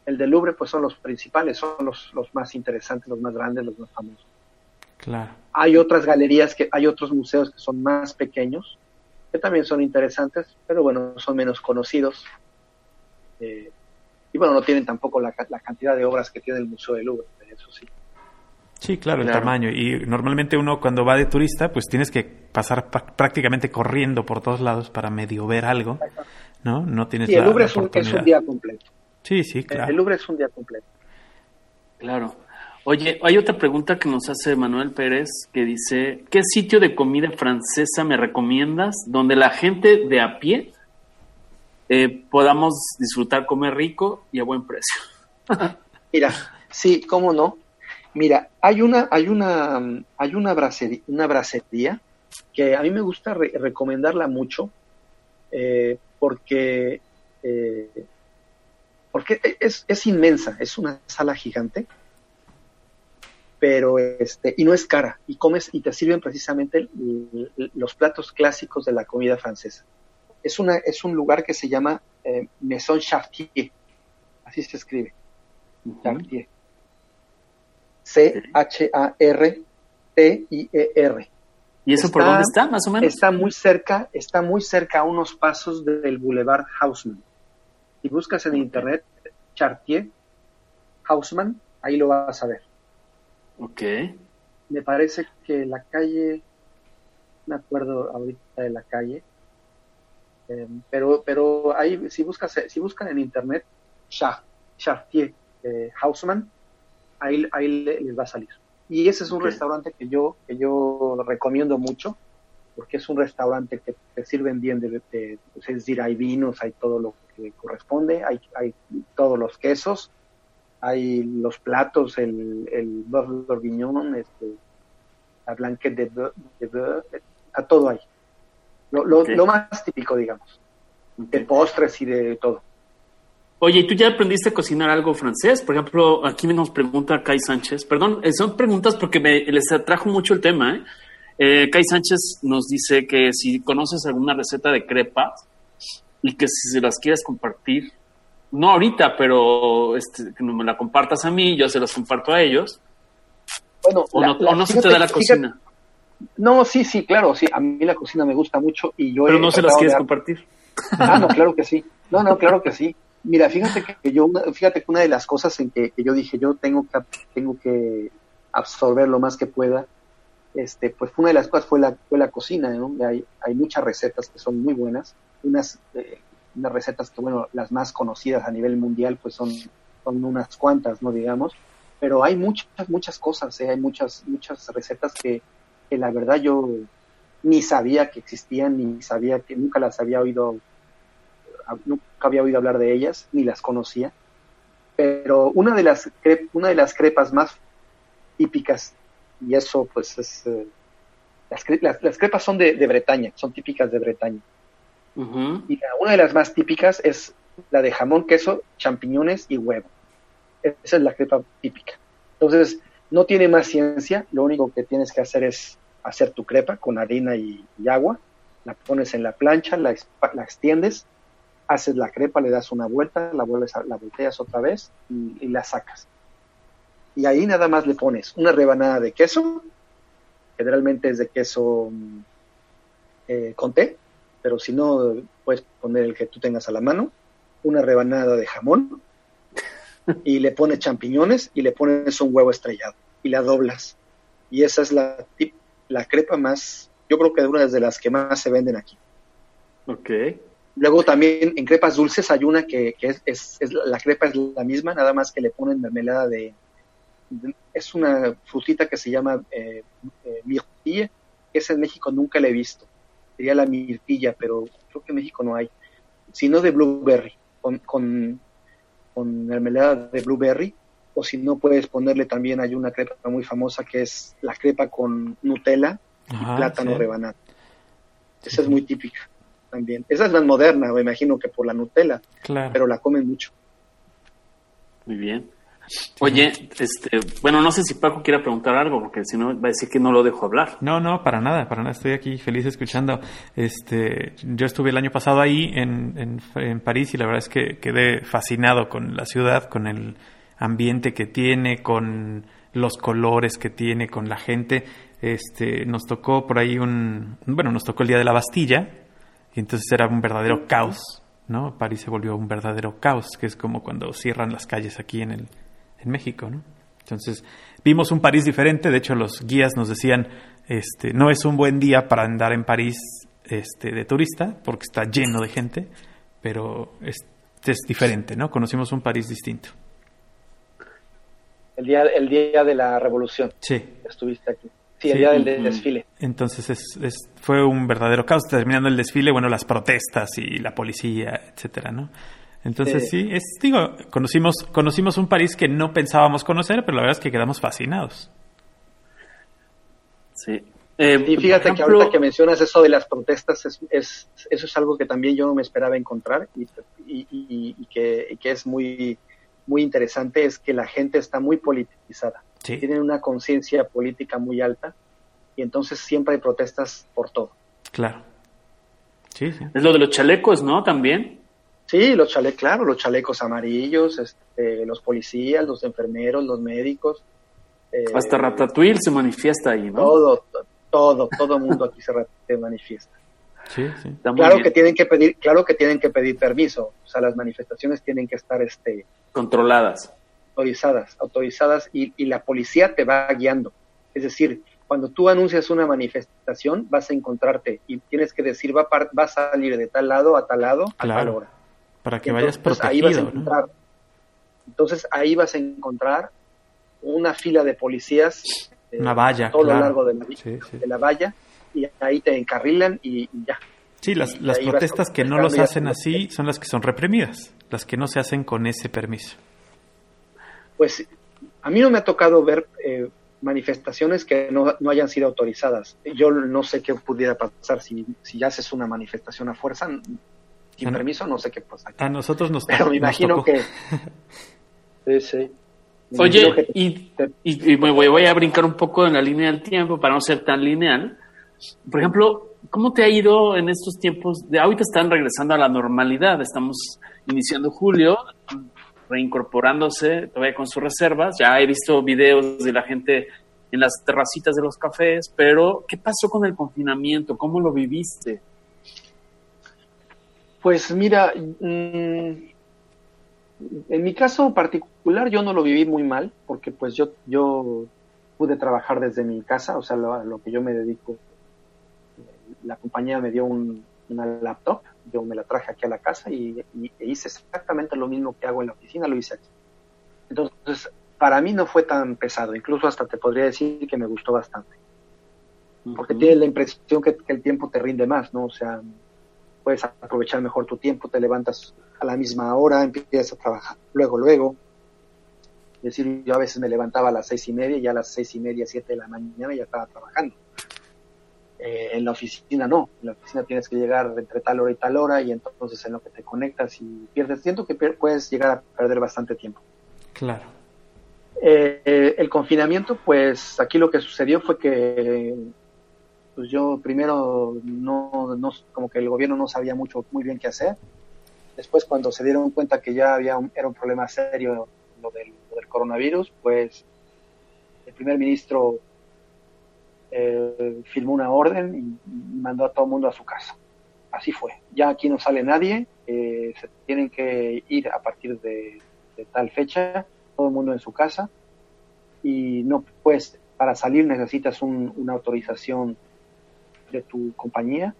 el del Louvre pues son los principales, son los, los más interesantes, los más grandes, los más famosos. Claro. Hay otras galerías, que hay otros museos que son más pequeños, que también son interesantes, pero bueno, son menos conocidos. Eh, y bueno, no tienen tampoco la, la cantidad de obras que tiene el Museo del Louvre, eso sí. Sí, claro, Claro. el tamaño. Y normalmente uno cuando va de turista, pues tienes que pasar pr- prácticamente corriendo por todos lados para medio ver algo, ¿no? No tienes Sí, el la, Louvre la es un, es oportunidad. un día completo. Sí, sí, El, claro. el Louvre es un día completo. Claro. Oye, hay otra pregunta que nos hace Manuel Pérez que dice, ¿qué sitio de comida francesa me recomiendas donde la gente de a pie eh, podamos disfrutar, comer rico y a buen precio? Mira, sí, cómo no. Mira, hay una, hay una, mm, hay una bracería, una bracería que a mí me gusta re- recomendarla mucho, eh, porque, eh, porque es, es inmensa, es una sala gigante, pero este, y no es cara, y comes y te sirven precisamente l- l- los platos clásicos de la comida francesa. Es una, es un lugar que se llama eh, Maison Chartier, así se escribe, Chartier. C H A R T I E R. ¿Y eso por Está- dónde está, más o menos? Está muy cerca, está muy cerca a unos pasos del Boulevard Haussmann. Si buscas en Ok. internet Chartier Haussmann, ahí lo vas a ver. Ok. Me parece que la calle, no me acuerdo ahorita de la calle, eh, pero pero ahí si buscas si buscan en internet Char- Chartier eh, Haussmann, ahí ahí le- les va a salir. Y ese es un Ok. restaurante que yo que yo recomiendo mucho, porque es un restaurante que te sirven bien de, de- pues, es decir, hay vinos, hay todo lo que corresponde, hay hay todos los quesos, hay los platos, el el beurre bourguignon, este la blanquette de beurre, de beurre, a todo hay. Lo, lo, Ok. lo más típico, digamos, de Ok. postres y de todo. Oye, ¿y tú ya aprendiste a cocinar algo francés? Por ejemplo, aquí nos pregunta Kai Sánchez. Perdón, eh, son preguntas porque me, les atrajo mucho el tema. ¿eh? Eh, Kai Sánchez nos dice que si conoces alguna receta de crepas y que si se las quieres compartir, no ahorita, pero este, que me la compartas a mí, yo se las comparto a ellos. Bueno, O la- no, la- o no se te fíjate- da la fíjate- cocina, No, sí, sí, claro, sí. A mí la cocina me gusta mucho y yo pero he no se las tratado quieres de- compartir. Ah, no, claro que sí. No, no, claro que sí. Mira, fíjate que yo, una- fíjate que una de las cosas en que, que yo dije, yo tengo que, tengo que absorber lo más que pueda, este, pues una de las cosas fue la, fue la cocina, ¿no? Hay, hay muchas recetas que son muy buenas, unas, eh, unas recetas que, bueno, las más conocidas a nivel mundial, pues son, son unas cuantas, ¿no? Digamos, pero hay muchas, muchas cosas, ¿eh? Hay muchas, muchas recetas que, que la verdad yo ni sabía que existían, ni sabía que nunca las había oído, nunca había oído hablar de ellas, ni las conocía. Pero una de las cre- una de las crepas más típicas, y eso pues es eh, las, cre- las, las crepas son de, de Bretaña, son típicas de Bretaña. Ujú. Y la- una de las más típicas es la de jamón, queso, champiñones y huevo. Esa es la crepa típica. Entonces, no tiene más ciencia, lo único que tienes que hacer es hacer tu crepa con harina y, y agua, la pones en la plancha, la, expa- la extiendes, haces la crepa, le das una vuelta, la vuelves a, la volteas otra vez y, y la sacas. Y ahí nada más le pones una rebanada de queso, generalmente es de queso mm, eh, con té, pero si no, puedes poner el que tú tengas a la mano, una rebanada de jamón, y le pones champiñones y le pones un huevo estrellado y la doblas. Y esa es la, tip- la crepa más, yo creo que una de las que más se venden aquí. Ok. Luego también en crepas dulces hay una que, que es, es, es la crepa es la misma, nada más que le ponen mermelada de, de- es una frutita que se llama eh, eh, mirtilla, que esa en México nunca la he visto. Sería la mirtilla, pero creo que en México no hay. Sino de blueberry, con, con, con mermelada de blueberry, o si no puedes ponerle también, hay una crepa muy famosa que es la crepa con Nutella y Ajá, plátano sí. rebanado. Esa Sí, es sí. muy típica también. Esa es más moderna, me imagino que por la Nutella, Claro. pero la comen mucho. Muy bien. Oye, este, bueno, no sé si Paco quiera preguntar algo, porque si no va a decir que no lo dejo hablar. No, no, para nada, para nada. Estoy aquí feliz escuchando. Este, yo estuve el año pasado ahí en, en, en París y la verdad es que quedé fascinado con la ciudad, con el ambiente que tiene, con los colores que tiene, con la gente. Este, nos tocó por ahí un, bueno, nos tocó el día de la Bastilla y entonces era un verdadero caos, ¿no? París se volvió un verdadero caos, que es como cuando cierran las calles aquí en el en México, ¿no? Entonces, vimos un París diferente. De hecho, los guías nos decían, este, no es un buen día para andar en París, este, de turista, porque está lleno de gente, pero es, es diferente, ¿no? Conocimos un París distinto. El día, el día de la Revolución. Sí. Estuviste aquí. Sí, el Sí. día del de- desfile. Entonces, es, es, fue un verdadero caos. Terminando el desfile, bueno, las protestas y la policía, etcétera, ¿no? Entonces, sí, Sí. es, digo, conocimos, conocimos un París que no pensábamos conocer, pero la verdad es que quedamos fascinados. Sí. Eh, Y fíjate por que ejemplo, ahorita que mencionas eso de las protestas, es, es, eso es algo que también yo no me esperaba encontrar y, y, y, y que, y que es muy, muy interesante, es que la gente está muy politizada. Sí. Tienen una conciencia política muy alta y entonces siempre hay protestas por todo. Claro. Sí, sí. es lo de los chalecos, ¿no? También. Sí, los chalecos, claro, los chalecos amarillos, este, los policías, los enfermeros, los médicos. eh, Hasta Ratatouille se manifiesta ahí, ¿no? Todo, todo, todo el mundo aquí se, se manifiesta. Sí, sí. Está muy Claro bien que tienen que pedir, claro que tienen que pedir permiso. O sea, las manifestaciones tienen que estar, este, controladas. autorizadas, autorizadas y, y la policía te va guiando. Es decir, cuando tú anuncias una manifestación, vas a encontrarte y tienes que decir, va a, par- va a salir de tal lado a tal lado a Claro. tal hora. Para que Y vayas entonces, ahí vas a protegido, ¿no? encontrar, entonces ahí vas a encontrar una fila de policías eh, Una valla, a todo claro. lo largo de la, Sí, sí. de la valla y ahí te encarrilan y, y ya. Sí, las, Y las ahí vas protestas que no buscando los ya hacen tu- así son las que son reprimidas, las que no se hacen con ese permiso. Pues a mí no me ha tocado ver eh, manifestaciones que no, no hayan sido autorizadas. Yo no sé qué pudiera pasar si, si haces una manifestación a fuerza, sin Ah, no. permiso, no sé qué pasa. A nosotros nos, Pero me nos imagino tocó. que... Sí, sí. Me Oye, imagino que- y, y, y me voy, voy a brincar un poco en la línea del tiempo para no ser tan lineal. Por ejemplo, ¿cómo te ha ido en estos tiempos? De ahorita están regresando a la normalidad, estamos iniciando julio, reincorporándose todavía con sus reservas. Ya he visto videos de la gente en las terracitas de los cafés, pero ¿qué pasó con el confinamiento? ¿Cómo lo viviste? Pues mira, mm, en mi caso particular yo no lo viví muy mal, porque pues yo, yo pude trabajar desde mi casa, o sea, lo, a lo que yo me dedico. La compañía me dio un, una laptop, yo me la traje aquí a la casa y, y e hice exactamente lo mismo que hago en la oficina, lo hice aquí. Entonces, para mí no fue tan pesado, incluso hasta te podría decir que me gustó bastante, porque Ujú. tienes la impresión que, que el tiempo te rinde más, ¿no? O sea, puedes aprovechar mejor tu tiempo, te levantas a la misma hora, empiezas a trabajar luego, luego. Es decir, yo a veces me levantaba a las seis y media y ya a las seis y media, siete de la mañana ya estaba trabajando. Eh, en la oficina no, en la oficina tienes que llegar entre tal hora y tal hora y entonces en lo que te conectas y pierdes, siento que pier- puedes llegar a perder bastante tiempo. Claro. Eh, eh, el confinamiento, pues aquí lo que sucedió fue que pues yo primero no, no, como que el gobierno no sabía mucho, muy bien qué hacer. Después cuando se dieron cuenta que ya había un, era un problema serio lo del, lo del coronavirus, pues el primer ministro eh, firmó una orden y mandó a todo el mundo a su casa. Así fue. Ya aquí no sale nadie, eh, se tienen que ir a partir de, de tal fecha, todo el mundo en su casa, y no puedes, para salir necesitas un, una autorización de tu compañía,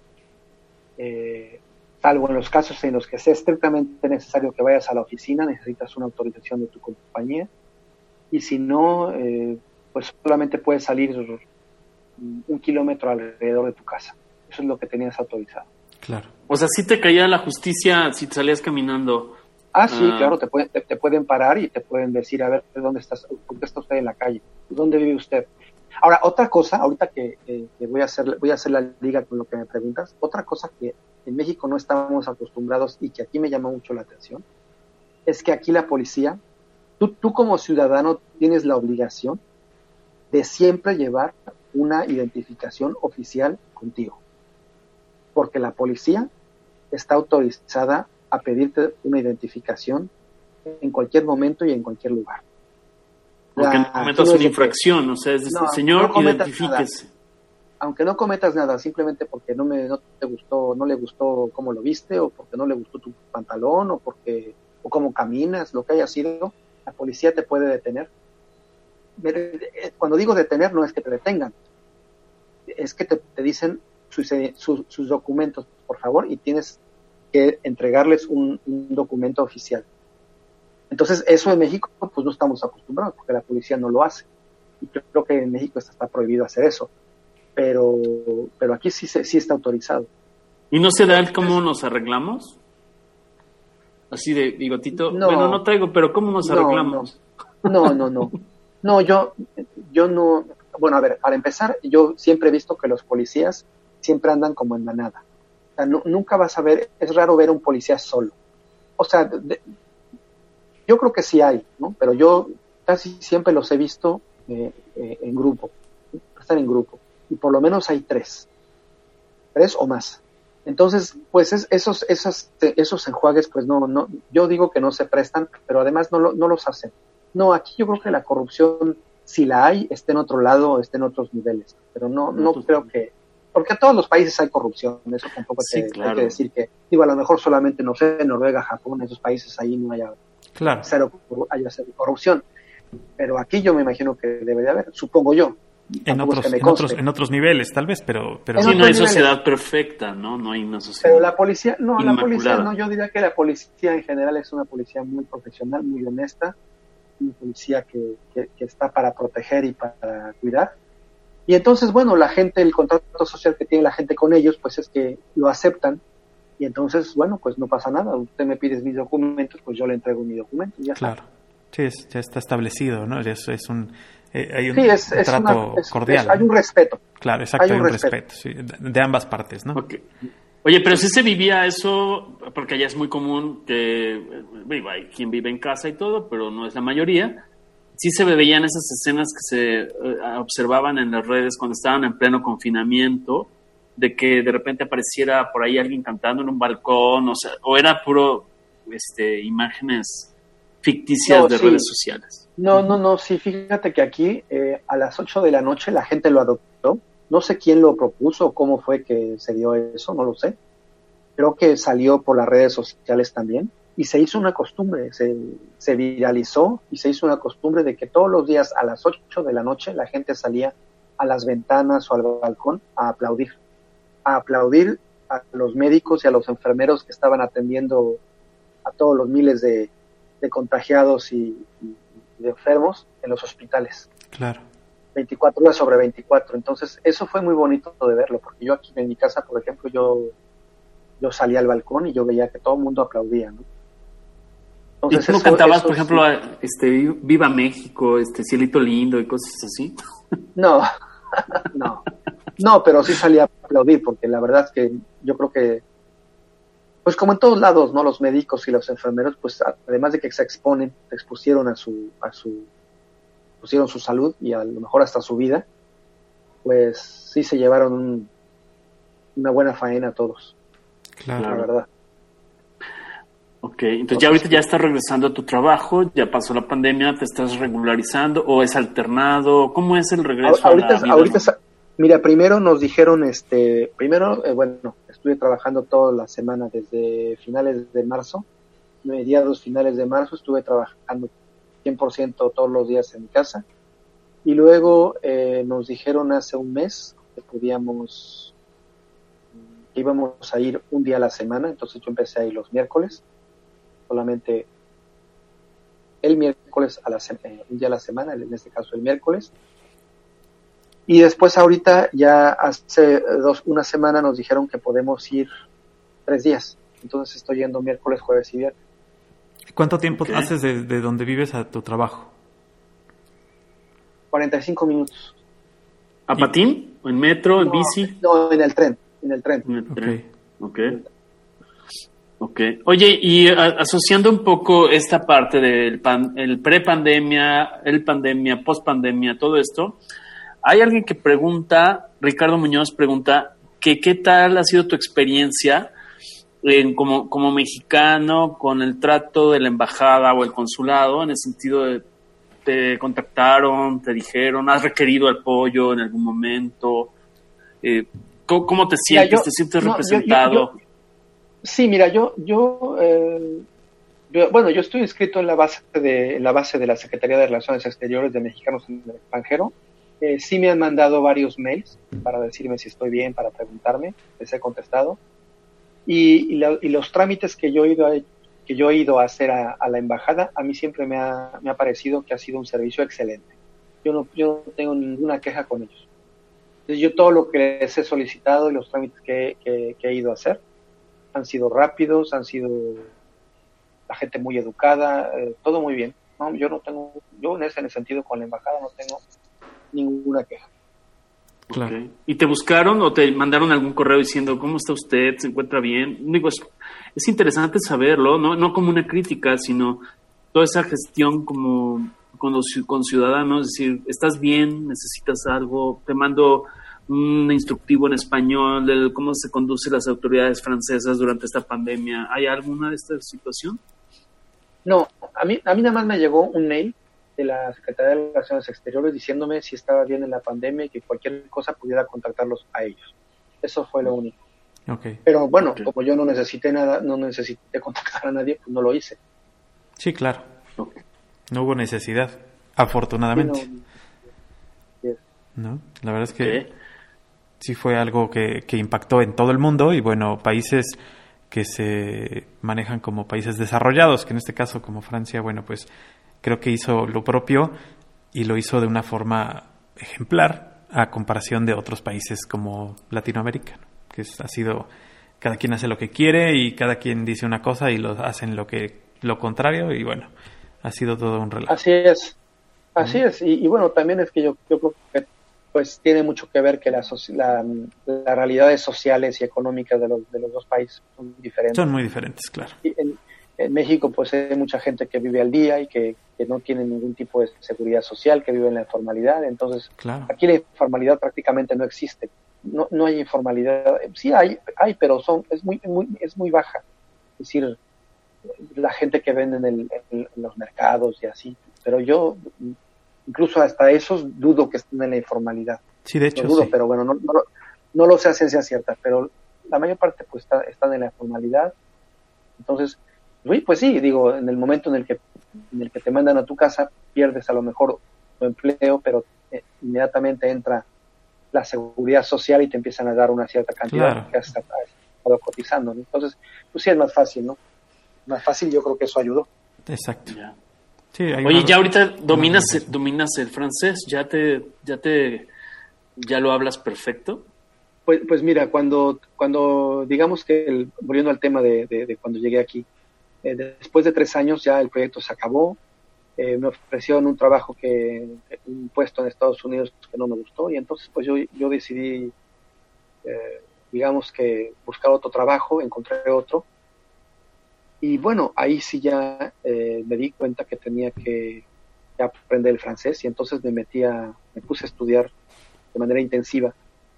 eh, salvo en los casos en los que sea estrictamente necesario que vayas a la oficina, necesitas una autorización de tu compañía, y si no, eh, pues solamente puedes salir un kilómetro alrededor de tu casa. Eso es lo que tenías autorizado. Claro. O sea, sí te caía la justicia si te salías caminando. Ah, sí, Ah. claro, te pueden, te, te pueden parar y te pueden decir, a ver, ¿dónde estás? ¿Por qué está usted en la calle? ¿Dónde vive usted? Ahora, otra cosa, ahorita que, eh, que voy a hacer voy a hacer la liga con lo que me preguntas, otra cosa que en México no estamos acostumbrados y que aquí me llama mucho la atención, es que aquí la policía tú, tú como ciudadano tienes la obligación de siempre llevar una identificación oficial contigo, porque la policía está autorizada a pedirte una identificación en cualquier momento y en cualquier lugar. Porque La, no cometas no una infracción, o sea, es decir, no, señor, no identifíquese. Nada. Aunque no cometas nada, simplemente porque no me no te gustó, no le gustó cómo lo viste, o porque no le gustó tu pantalón, o porque o cómo caminas, lo que haya sido, la policía te puede detener. Cuando digo detener, no es que te detengan, es que te, te dicen sus, sus, sus documentos, por favor, y tienes que entregarles un, un documento oficial. Entonces, eso en México, pues no estamos acostumbrados, porque la policía no lo hace. Y creo que en México está, está prohibido hacer eso. Pero pero aquí sí, se, sí está autorizado. ¿Y no se da el cómo nos arreglamos? Así de bigotito. No, bueno, no traigo, pero ¿cómo nos arreglamos? No, no, no. No, no yo, yo no... Bueno, a ver, para empezar, yo siempre he visto que los policías siempre andan como en manada. O sea, no, nunca vas a ver... Es raro ver a un policía solo. O sea, de, yo creo que sí hay, ¿no? Pero yo casi siempre los he visto eh, eh, en grupo. Están en grupo. Y por lo menos hay tres, tres o más. Entonces, pues es, esos, esos, esos enjuagues, pues no, no, yo digo que no se prestan, pero además no, lo, no los hacen. No, aquí yo creo que la corrupción, si la hay, está en otro lado, está en otros niveles, pero no, no pues, creo que, porque en todos los países hay corrupción, eso tampoco sí, te, claro. hay que decir que, digo, a lo mejor solamente, no sé, Noruega, Japón, esos países ahí no haya, claro. cero, haya cero corrupción, pero aquí yo me imagino que debe de haber, supongo yo. En otros, en otros en otros niveles tal vez, pero pero sí, no hay sociedad perfecta, no no hay una sociedad. Pero la policía, no, inmaculada. La policía no, yo diría que la policía en general es una policía muy profesional, muy honesta, una policía que, que, que está para proteger y para cuidar. Y entonces, bueno, la gente, el contrato social que tiene la gente con ellos, pues es que lo aceptan. Y entonces, bueno, pues no pasa nada. Usted me pide mis documentos, pues yo le entrego mi documento. Ya claro. Está. Sí, es, ya está establecido, ¿no? Es, es un eh, hay un sí, es, es trato una, es, cordial. Es, hay un respeto. Claro, exacto, hay, hay un, un respeto, respeto sí, de, de ambas partes, ¿no? Okay. Oye, pero si se vivía eso, porque allá es muy común que, bueno, hay quien vive en casa y todo, pero no es la mayoría. Sí se veían esas escenas que se eh, observaban en las redes cuando estaban en pleno confinamiento, de que de repente apareciera por ahí alguien cantando en un balcón, o sea, o era puro este, imágenes ficticias no, de sí. redes sociales. No, no, no, sí, fíjate que aquí eh, a las ocho de la noche la gente lo adoptó. No sé quién lo propuso, cómo fue que se dio eso, no lo sé. Creo que salió por las redes sociales también y se hizo una costumbre, se, se viralizó y se hizo una costumbre de que todos los días a las ocho de la noche la gente salía a las ventanas o al balcón a aplaudir, a aplaudir a los médicos y a los enfermeros que estaban atendiendo a todos los miles de, de contagiados y, y de enfermos en los hospitales. Claro. veinticuatro horas sobre veinticuatro. Entonces, eso fue muy bonito de verlo, porque yo aquí en mi casa, por ejemplo, yo yo salía al balcón y yo veía que todo el mundo aplaudía, ¿no? Entonces, ¿y tú eso, cantabas, eso, por ejemplo, sí. este Viva México, este Cielito Lindo y cosas así? No, no. No, pero sí salía a aplaudir, porque la verdad es que yo creo que pues como en todos lados, ¿no? Los médicos y los enfermeros, pues además de que se exponen, se expusieron a su, a su, pusieron su salud y a lo mejor hasta su vida, pues sí se llevaron un, una buena faena todos. Claro. La verdad. Ok, entonces, entonces ya ahorita ya estás regresando a tu trabajo, ya pasó la pandemia, te estás regularizando o es alternado, ¿cómo es el regreso a, ahorita, a la vida? Ahorita, ¿no? Mira, primero nos dijeron, este, primero, eh, bueno, estuve trabajando toda la semana desde finales de marzo, mediados finales de marzo, estuve trabajando cien por ciento todos los días en mi casa, y luego eh, nos dijeron hace un mes que podíamos, que íbamos a ir un día a la semana, entonces yo empecé a ir los miércoles, solamente el miércoles, a la eh, un día a la semana, en este caso el miércoles. Y después ahorita, ya hace dos, una semana nos dijeron que podemos ir tres días. Entonces estoy yendo miércoles, jueves y viernes. ¿Cuánto tiempo ¿Qué? haces de, de donde vives a tu trabajo? cuarenta y cinco minutos. ¿A patín? ¿O en metro? ¿En no, bici? No, en el tren. En el tren. En el tren. Ok. okay. Ok. Oye, y a, asociando un poco esta parte del pan, el pre-pandemia, el pandemia, post-pandemia, todo esto, hay alguien que pregunta, Ricardo Muñoz pregunta, que qué tal ha sido tu experiencia en, como, como mexicano con el trato de la embajada o el consulado, en el sentido de te contactaron, te dijeron, has requerido apoyo en algún momento, eh, ¿cómo, ¿cómo te sientes? Mira, yo, ¿Te sientes no, representado? Yo, yo, yo, sí, mira, yo, yo, eh, yo, bueno, yo estoy inscrito en la base de, en la base de la Secretaría de Relaciones Exteriores de Mexicanos en el extranjero. Eh, sí me han mandado varios mails para decirme si estoy bien, para preguntarme, les he contestado. Y, y, la, y los trámites que yo he ido a, que yo he ido a hacer a, a la embajada, a mí siempre me ha, me ha parecido que ha sido un servicio excelente. Yo no, yo no tengo ninguna queja con ellos. Entonces, yo todo lo que les he solicitado y los trámites que, que, que he ido a hacer han sido rápidos, han sido la gente muy educada, eh, todo muy bien. No, yo no tengo, yo en ese sentido con la embajada no tengo ninguna queja. Claro. Okay. ¿Y te buscaron o te mandaron algún correo diciendo cómo está usted, se encuentra bien? Digo, es, es interesante saberlo, ¿no? No como una crítica, sino toda esa gestión como con los con ciudadanos, es decir, ¿estás bien? ¿Necesitas algo? Te mando un instructivo en español de cómo se conducen las autoridades francesas durante esta pandemia. ¿Hay alguna de esta situación? No, a mí, a mí nada más me llegó un mail de la Secretaría de Relaciones Exteriores diciéndome si estaba bien en la pandemia y que cualquier cosa pudiera contactarlos a ellos. Eso fue lo único. Okay. Pero bueno, Okay. como yo no necesité nada, no necesité contactar a nadie, pues no lo hice. Sí, claro. Okay. No hubo necesidad, afortunadamente. Sí, no, ¿No? La verdad es que Okay. sí fue algo que, que impactó en todo el mundo y bueno, países que se manejan como países desarrollados, que en este caso como Francia, bueno, pues creo que hizo lo propio y lo hizo de una forma ejemplar a comparación de otros países como Latinoamérica, ¿no? Que es, ha sido, cada quien hace lo que quiere y cada quien dice una cosa y los hacen lo que lo contrario y bueno, ha sido todo un relajo. Así es, así uh-huh. es. Y, y bueno, también es que yo, yo creo que pues tiene mucho que ver que las la, las realidades sociales y económicas de los, de los dos países son diferentes. Son muy diferentes, claro. Y en, en México pues hay mucha gente que vive al día y que, que no tiene ningún tipo de seguridad social, que vive en la informalidad. Entonces, claro. Aquí la informalidad prácticamente no existe. No, no hay informalidad. Sí hay, hay, pero son es muy, muy es muy baja. Es decir, la gente que vende en, el, en, en los mercados y así. Pero yo, incluso hasta esos, dudo que estén en la informalidad. Sí, de hecho, lo dudo, sí. Pero bueno, no, no, no lo sé a ciencia cierta, pero la mayor parte pues está, están en la informalidad. Entonces, pues sí, digo, en el momento en el que en el que te mandan a tu casa, pierdes a lo mejor tu empleo, pero eh, inmediatamente entra la seguridad social y te empiezan a dar una cierta cantidad claro. que has estado cotizando, ¿no? Entonces, pues sí es más fácil, ¿no? Más fácil, yo creo que eso ayudó. Exacto. Yeah. Sí, hay Oye, una... ya ahorita dominas el, dominas el francés, ya te ya te ya lo hablas perfecto. Pues, pues mira, cuando cuando digamos que el, volviendo al tema de, de, de cuando llegué aquí, eh, después de tres años ya el proyecto se acabó. Eh, me ofrecieron un trabajo que un puesto en Estados Unidos que no me gustó y entonces pues yo yo decidí eh, digamos que buscar otro trabajo, encontré otro. Y bueno, ahí sí ya eh, me di cuenta que tenía que, que aprender el francés y entonces me metí a, me puse a estudiar de manera intensiva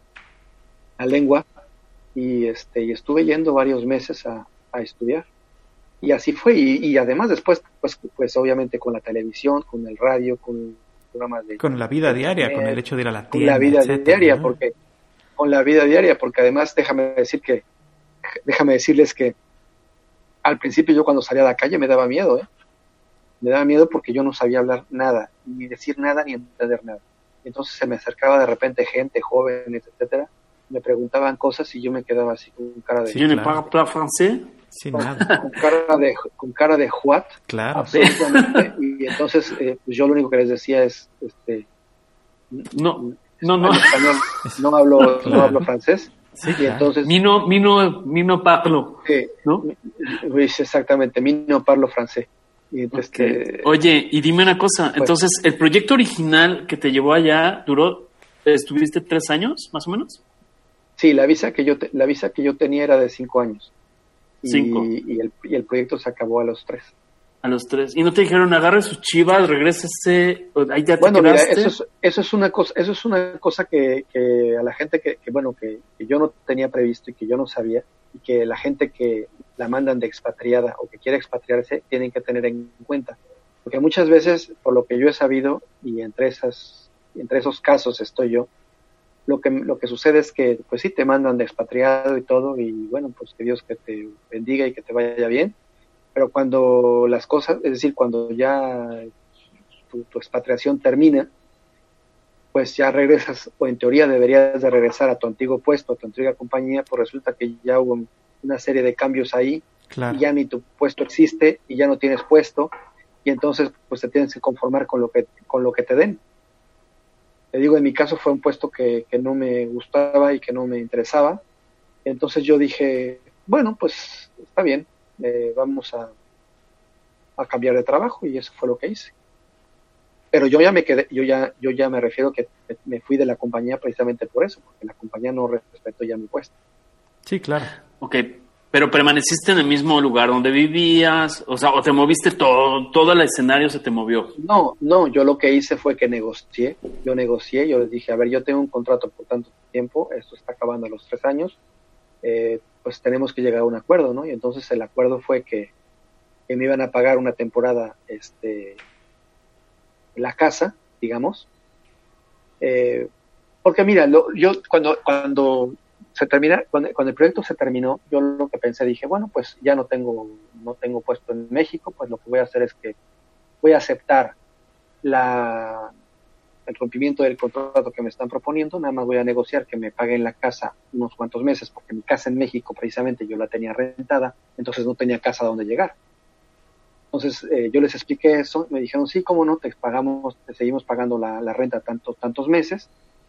la lengua y este y estuve yendo varios meses a, a estudiar. Y así fue, y, y además después, pues, pues obviamente con la televisión, con el radio, con programas de... Con la vida diaria, eh, con el hecho de ir a la tienda, con la vida etcétera, diaria, ¿no? porque con la vida diaria, porque además déjame decir que, déjame decirles que al principio yo cuando salía a la calle me daba miedo, ¿eh? Me daba miedo porque yo no sabía hablar nada, ni decir nada, ni entender nada. Entonces se me acercaba de repente gente, jóvenes, etcétera, me preguntaban cosas y yo me quedaba así con cara de... ¿Je ne parle pas français? Sin con, nada. Con cara de, con cara de what, claro. Absolutamente. Y entonces eh, pues yo lo único que les decía es, este, no, no, no, español, no hablo, claro. no hablo francés. Sí, y claro. entonces, mi no, mi no, mi no parlo, eh, ¿no? Exactamente, mi no parlo francés. Y entonces, okay. este, Oye, y dime una cosa, pues, entonces, el proyecto original que te llevó allá duró, ¿estuviste tres años, más o menos? Sí, la visa que yo, te, la visa que yo tenía era de cinco años. y, Cinco. y, el, y el proyecto se acabó a los tres. A los tres. Y no te dijeron, agarre sus chivas, regrésese, ahí ya te Bueno, mira, quedaste. eso es, eso es una cosa, eso es una cosa que, que a la gente que, que bueno, que, que yo no tenía previsto y que yo no sabía, y que la gente que la mandan de expatriada o que quiere expatriarse tienen que tener en cuenta. Porque muchas veces, por lo que yo he sabido, y entre esas, entre esos casos estoy yo, lo que, lo que sucede es que, pues sí, te mandan de expatriado y todo, y bueno, pues que Dios que te bendiga y que te vaya bien. Pero cuando las cosas, es decir, cuando ya tu, tu expatriación termina, pues ya regresas, o en teoría deberías de regresar a tu antiguo puesto, a tu antigua compañía, pues resulta que ya hubo una serie de cambios ahí, Claro. y ya ni tu puesto existe, y ya no tienes puesto, y entonces pues te tienes que conformar con lo que, con lo que te den. Te digo, en mi caso fue un puesto que, que no me gustaba y que no me interesaba, entonces yo dije, bueno, pues está bien, eh, vamos a, a cambiar de trabajo, y eso fue lo que hice. Pero yo ya me quedé, yo ya, yo ya me refiero que me fui de la compañía precisamente por eso, porque la compañía no respetó ya mi puesto. Sí, claro. Ok, pero permaneciste en el mismo lugar donde vivías, o sea, o te moviste todo, todo el escenario se te movió. No, no, yo lo que hice fue que negocié, yo negocié, yo les dije, a ver, yo tengo un contrato por tanto tiempo, esto está acabando a los tres años, eh, pues tenemos que llegar a un acuerdo, ¿no? Y entonces el acuerdo fue que, que me iban a pagar una temporada, este, la casa, digamos, eh, porque mira, lo, yo cuando cuando se termina, cuando, cuando el proyecto se terminó, yo lo que pensé, dije, bueno, pues ya no tengo no tengo puesto en México, pues lo que voy a hacer es que voy a aceptar la el rompimiento del contrato que me están proponiendo, nada más voy a negociar que me paguen la casa unos cuantos meses, porque mi casa en México precisamente yo la tenía rentada, entonces no tenía casa donde llegar. Entonces eh, yo les expliqué eso, me dijeron, sí, cómo no, te pagamos, te seguimos pagando la, la renta tantos, tantos meses.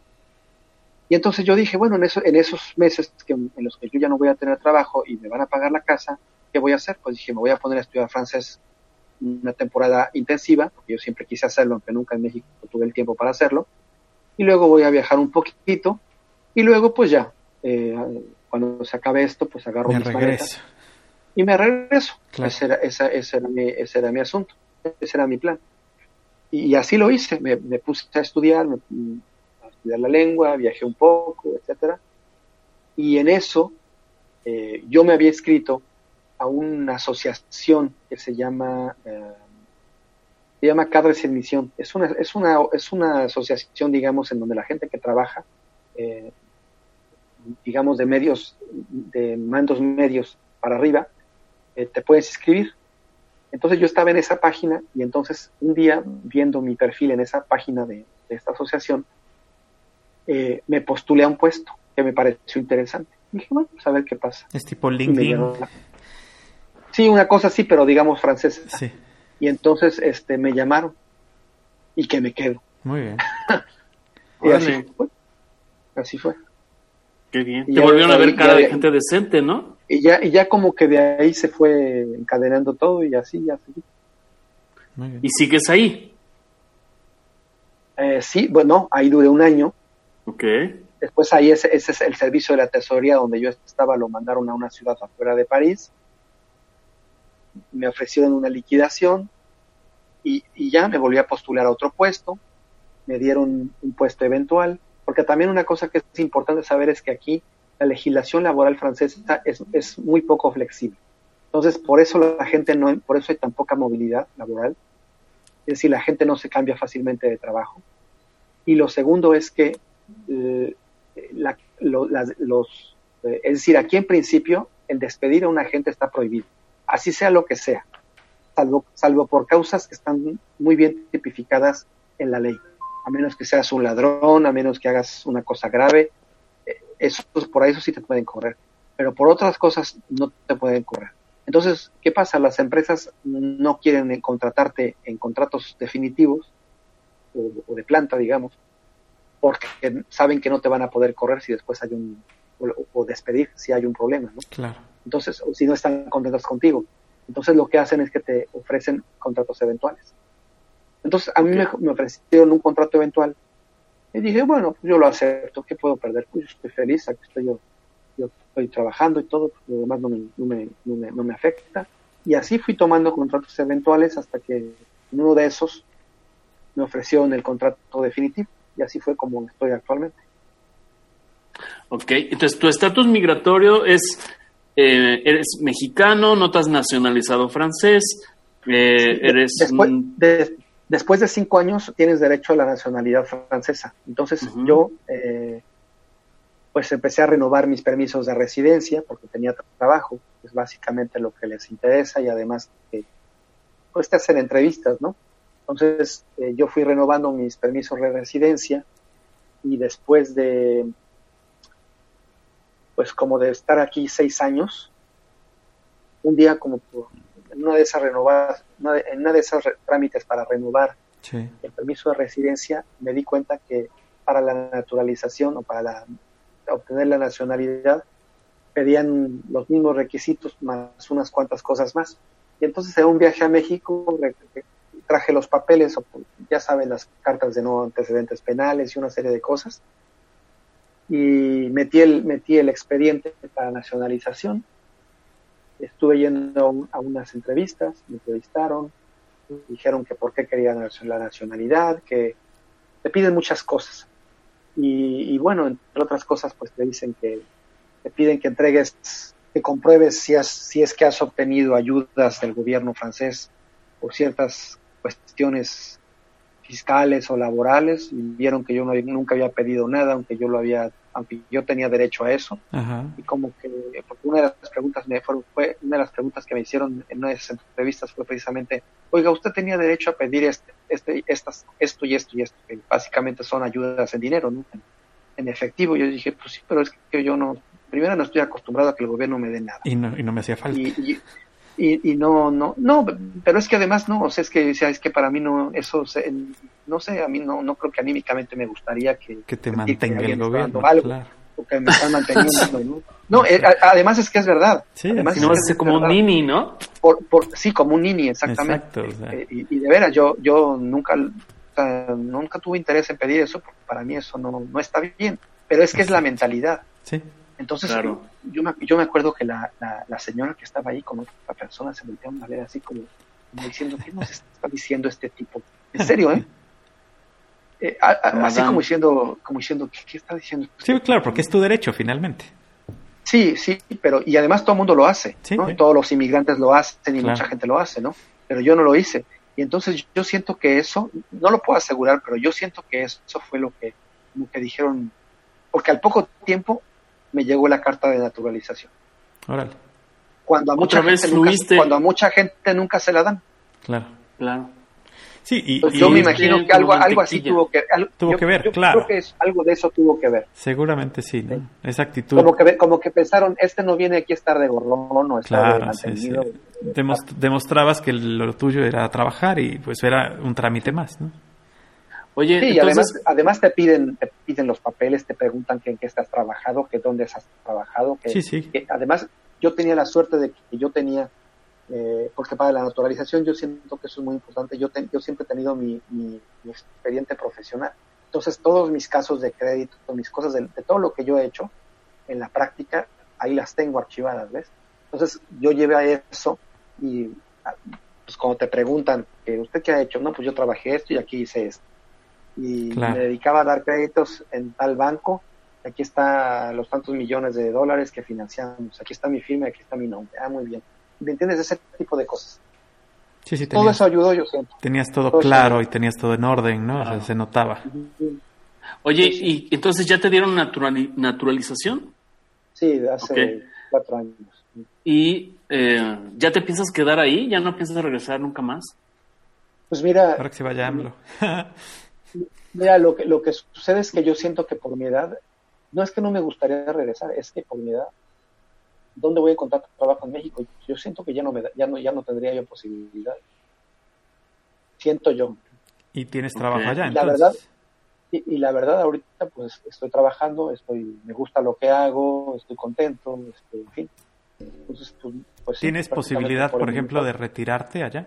Y entonces yo dije, bueno, en, eso, en esos meses que, en los que yo ya no voy a tener trabajo y me van a pagar la casa, ¿qué voy a hacer? Pues dije, me voy a poner a estudiar francés una temporada intensiva, porque yo siempre quise hacerlo, aunque nunca en México tuve el tiempo para hacerlo, y luego voy a viajar un poquito, y luego pues ya, eh, cuando se acabe esto, pues agarro Me mis regreso. maletas y me regreso. Claro. Ese, era, esa, ese, era mi, ese era mi asunto, ese era mi plan. Y, y así lo hice, me, me puse a estudiar, me, a estudiar la lengua, viajé un poco, etcétera. Y en eso eh, yo me había inscrito a una asociación que se llama eh, se llama Cadres en Misión. Es una, es una, es una asociación, digamos, en donde la gente que trabaja, eh, digamos, de medios, de mandos medios para arriba, eh, te puedes inscribir. Entonces yo estaba en esa página y entonces un día, viendo mi perfil en esa página de, de esta asociación, eh, me postulé a un puesto que me pareció interesante. Y dije, bueno, pues a ver qué pasa. Es tipo Y me LinkedIn. llenó la- Sí, una cosa así, pero digamos francesa. Sí, Y entonces este me llamaron y que me quedo. muy bien. Y así Órale. fue. Así fue. Qué bien. Y Te ya volvieron de a ver ahí- cara ya de de- gente decente, ¿no? Y ya, y ya como que de ahí se fue encadenando todo y así, ya seguí. Muy bien. Y sigues ahí. Eh, sí, bueno, ahí duré un año. Ok. Después ahí ese, ese es el servicio de la tesorería donde yo estaba, lo mandaron a una ciudad afuera de París. Me ofrecieron una liquidación y, y ya me volví a postular a otro puesto. Me dieron un puesto eventual, porque también una cosa que es importante saber es que aquí la legislación laboral francesa es, es muy poco flexible. Entonces, por eso la gente no, por eso hay tan poca movilidad laboral. Es decir, la gente no se cambia fácilmente de trabajo. Y lo segundo es que eh, la, lo, las, los, eh, es decir, aquí en principio el despedir a una gente está prohibido, así sea lo que sea, salvo, salvo por causas que están muy bien tipificadas en la ley, a menos que seas un ladrón, a menos que hagas una cosa grave, eh, eso, por eso sí te pueden correr, pero por otras cosas no te pueden correr. Entonces, ¿qué pasa? Las empresas no quieren contratarte en contratos definitivos o, o de planta, digamos, porque saben que no te van a poder correr si después hay un, o, o despedir si hay un problema, ¿no? Claro. Entonces, o si no están contentos contigo. Entonces lo que hacen es que te ofrecen contratos eventuales. Entonces a mí me, me ofrecieron un contrato eventual y dije, bueno, pues yo lo acepto, ¿qué puedo perder? Pues yo estoy feliz, aquí estoy yo, yo estoy trabajando y todo, lo demás no me, no me, no me, no me afecta. Y así fui tomando contratos eventuales hasta que en uno de esos me ofrecieron el contrato definitivo, y así fue como estoy actualmente. Ok, entonces tu estatus migratorio es, eh, eres mexicano, no te has nacionalizado francés, eh, Sí, eres... después, un... de, después de cinco años tienes derecho a la nacionalidad francesa. Entonces uh-huh. yo eh, pues empecé a renovar mis permisos de residencia porque tenía trabajo, es básicamente lo que les interesa, y además eh, pues te hacen entrevistas, ¿no? Entonces eh, yo fui renovando mis permisos de residencia, y después de pues como de estar aquí seis años, un día como por, en una de esas renovadas, una de, en una de esas re, trámites para renovar sí. el permiso de residencia, me di cuenta que para la naturalización o para la, obtener la nacionalidad pedían los mismos requisitos más unas cuantas cosas más. Y entonces en un viaje a México re, re, traje los papeles, o, ya saben, las cartas de no antecedentes penales y una serie de cosas, y metí el, metí el expediente para nacionalización. Estuve yendo a unas entrevistas, me entrevistaron, dijeron que por qué querían la nacionalidad, que te piden muchas cosas. Y, y bueno, entre otras cosas, pues te dicen que te piden que entregues, que compruebes si, has, si es que has obtenido ayudas del gobierno francés por ciertas cuestiones fiscales o laborales, y vieron que yo no, nunca había pedido nada, aunque yo lo había, aunque yo tenía derecho a eso. Ajá. Y como que, porque una de las preguntas me fueron, fue, una de las preguntas que me hicieron en una de esas entrevistas fue precisamente, oiga, usted tenía derecho a pedir este, este, estas, esto y esto y esto, que básicamente son ayudas en dinero, ¿no? En, en efectivo. Yo dije, pues sí, pero es que yo no, primero no estoy acostumbrado a que el gobierno me dé nada. Y no, y no me hacía falta. Y, y, Y, y no, no, no, pero es que además no, o sea, es que, o sea, es que para mí no, eso, se, no sé, a mí no, no creo que anímicamente me gustaría que, que te mantenga que el gobierno, algo, claro. O que me están manteniendo, ¿no? No, eh, además es que es verdad. Sí, además si no, es, es como verdad. Un nini, ¿no? Por, por, sí, como un nini, exactamente. Exacto, o sea. eh, y, y de veras, yo, yo nunca, o sea, nunca tuve interés en pedir eso, porque para mí eso no, no está bien, pero es que Exacto. es la mentalidad. Sí. Entonces, claro. yo, me, yo me acuerdo que la, la, la señora que estaba ahí con otra persona se volteó a ver así como, como diciendo, ¿qué nos está diciendo este tipo? En serio, ¿eh? eh a, a, así como diciendo, como diciendo, ¿qué, qué está diciendo? Sí, claro, porque es tu derecho finalmente. Sí, sí, pero y además todo el mundo lo hace, sí, ¿no? Sí. Todos los inmigrantes lo hacen y claro. mucha gente lo hace, ¿no? Pero yo no lo hice. Y entonces yo siento que eso, no lo puedo asegurar, pero yo siento que eso fue lo que, como que dijeron, porque al poco tiempo me llegó la carta de naturalización. Órale. Cuando a mucha gente nunca, cuando a mucha gente nunca se la dan. Claro. Claro. Sí, y, pues y yo me imagino que algo algo así tuvo que algo, tuvo yo, que ver, yo claro. Creo que es, algo de eso tuvo que ver. Seguramente sí, ¿no? Sí. Esa actitud. Como que como que pensaron, este no viene aquí a estar de gorrón o estar claro, de mantenido. Sí, sí. Demost- demostrabas que lo tuyo era trabajar y pues era un trámite más, ¿no? Oye, sí, entonces... y además, además te piden, te piden los papeles, te preguntan que en qué estás trabajado, que dónde has trabajado, que, sí, sí. que además yo tenía la suerte de que yo tenía, eh, porque para la naturalización yo siento que eso es muy importante, yo, ten, yo siempre he tenido mi, mi, mi expediente profesional, entonces todos mis casos de crédito, mis cosas, de, de todo lo que yo he hecho en la práctica, ahí las tengo archivadas, ¿ves? Entonces yo llevé a eso y pues cuando te preguntan, ¿usted qué ha hecho? No, pues yo trabajé esto y aquí hice esto. Y claro. me dedicaba a dar créditos en tal banco, aquí está los tantos millones de dólares que financiamos, aquí está mi firma, aquí está mi nombre. Ah, muy bien. ¿Me entiendes? Ese tipo de cosas. Sí, sí, todo tenías, eso ayudó, yo siento. Tenías todo, todo claro y tenías todo en orden, ¿no? Claro. O sea, se notaba. Oye, ¿y entonces ya te dieron natural, naturalización? Sí, hace okay. cuatro años. ¿Y eh, ya te piensas quedar ahí? ¿Ya no piensas regresar nunca más? Pues mira... Ahora que se vaya AMLO. Mira, lo que, lo que sucede es que yo siento que por mi edad, no es que no me gustaría regresar, es que por mi edad, ¿dónde voy a encontrar trabajo en México? Yo siento que ya no, me da, ya no, ya no tendría yo posibilidad. Siento yo. ¿Y tienes trabajo okay. allá, y entonces? La verdad, y, y la verdad, ahorita, pues, estoy trabajando, estoy, me gusta lo que hago, estoy contento, estoy, en fin. Entonces, pues, pues, ¿Tienes sí, posibilidad, por, por ejemplo, de retirarte allá?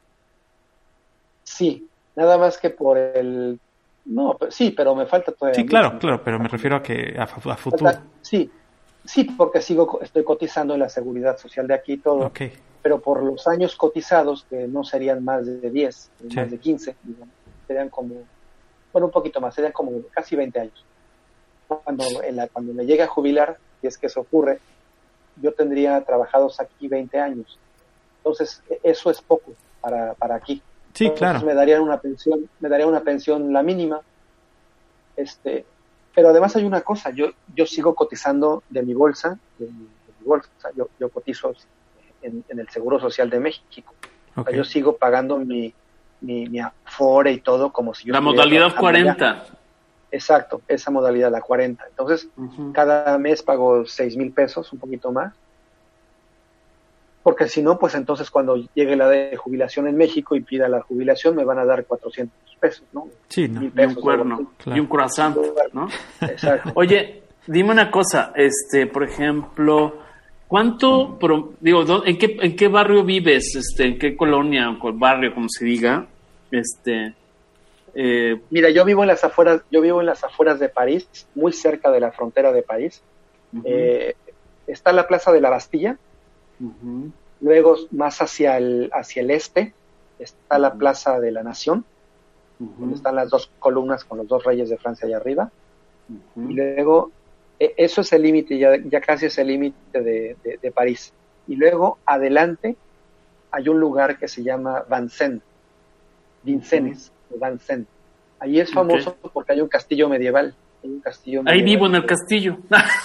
Sí, nada más que por el... No, pero, sí, pero me falta todavía. Sí, claro, mucho. claro, pero me refiero a que a, a futuro. Falta, sí, Sí, porque sigo, estoy cotizando en la Seguridad Social de aquí y todo, Ok. pero por los años cotizados, que no serían más de diez, Sí. más de quince, digamos, serían como, bueno, un poquito más, serían como casi veinte años. Cuando, en la, cuando me llegue a jubilar, si es que eso ocurre, yo tendría trabajados aquí veinte años. Entonces, eso es poco para, para aquí. Sí, Entonces, claro. me darían una pensión, me daría una pensión la mínima. Este, pero además hay una cosa, yo, yo sigo cotizando de mi bolsa, de mi, de mi bolsa, yo, yo cotizo en, en el Seguro Social de México. O Ok. sea, yo sigo pagando mi, mi, mi Afore y todo como si yo La estuviera modalidad trabajando allá. cuarenta. Exacto, esa modalidad, la cuarenta. Entonces, Uh-huh. cada mes pago seis mil pesos, un poquito más. Porque si no, pues entonces cuando llegue la de jubilación en México y pida la jubilación, me van a dar cuatrocientos pesos, ¿no? Sí, no. Mil Y un pesos, algo cuerno. así. Claro. Y un croissant, ¿no? Exacto. Oye, dime una cosa, este, por ejemplo, ¿cuánto, pro- digo, do- en qué, en qué barrio vives, este, en qué colonia o cuál barrio, como se diga, este, eh, Mira, yo vivo en las afueras, yo vivo en las afueras de París, muy cerca de la frontera de París. uh-huh, Eh, está la Plaza de la Bastilla, uh-huh, luego más hacia el, hacia el este está la Plaza de la Nación, donde uh-huh, están las dos columnas con los dos reyes de Francia allá arriba, uh-huh. y luego eh, eso es el límite, ya, ya casi es el límite de, de, de París. Y luego adelante hay un lugar que se llama Vincennes, Vincennes, uh-huh. Vincennes. Ahí es famoso okay. porque hay un castillo medieval. Hay un castillo medieval. Ahí vivo en el castillo.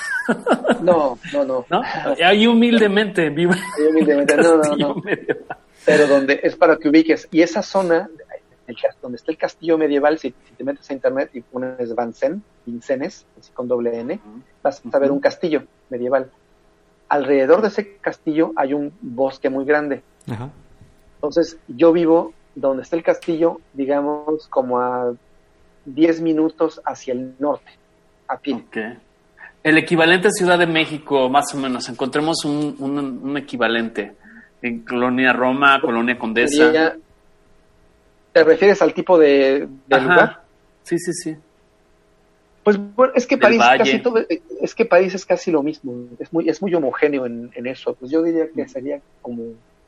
No, no, no. ¿No? Ahí humildemente vivo. Ahí humildemente, no, no, no. Medieval. Pero donde es para que ubiques. Y esa zona, el, donde está el castillo medieval, si, si te metes a internet y pones Vincennes, Vincennes, así con doble N, vas a ver un castillo medieval. Alrededor de ese castillo hay un bosque muy grande. Ajá. Entonces, yo vivo donde está el castillo, digamos, como a diez minutos hacia el norte, a pie. Okay. El equivalente a Ciudad de México, más o menos, encontremos un, un, un equivalente en Colonia Roma, Colonia Condesa. Sería, ¿te refieres al tipo de, de Ajá. lugar? Sí, sí, sí. Pues bueno, es que Del París Valle. casi todo, es que París es casi lo mismo, es muy, es muy homogéneo en, en eso. Pues yo diría que sería como,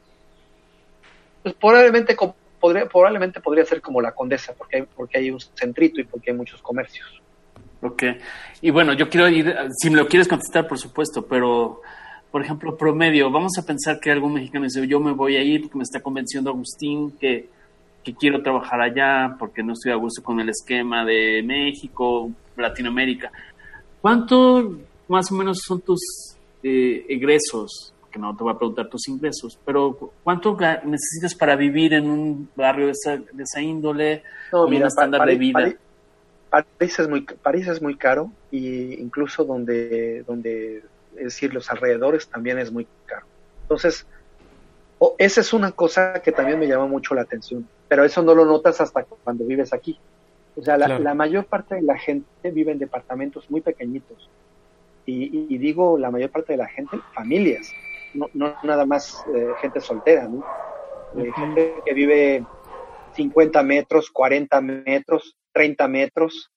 pues probablemente como Podría, probablemente podría ser como la Condesa, porque hay, porque hay un centrito y porque hay muchos comercios. Ok. Y bueno, yo quiero ir, si me lo quieres contestar, por supuesto, pero, por ejemplo, promedio, vamos a pensar que algún mexicano dice, yo me voy a ir porque me está convenciendo Agustín que, que quiero trabajar allá porque no estoy a gusto con el esquema de México, Latinoamérica. ¿Cuánto más o menos son tus eh, egresos? Que no te voy a preguntar tus ingresos, pero ¿cuánto necesitas para vivir en un barrio de esa, de esa índole, no, con mira, un estándar París, de vida? París, París, es muy, París es muy caro, y incluso donde, donde, es decir, los alrededores también es muy caro. Entonces, oh, esa es una cosa que también me llama mucho la atención, pero eso no lo notas hasta cuando vives aquí. O sea, la, claro. la mayor parte de la gente vive en departamentos muy pequeñitos, y, y, y digo la mayor parte de la gente, familias. No, no nada más eh, gente soltera, ¿no? Eh, uh-huh. Gente que vive cincuenta metros, cuarenta metros, treinta metros.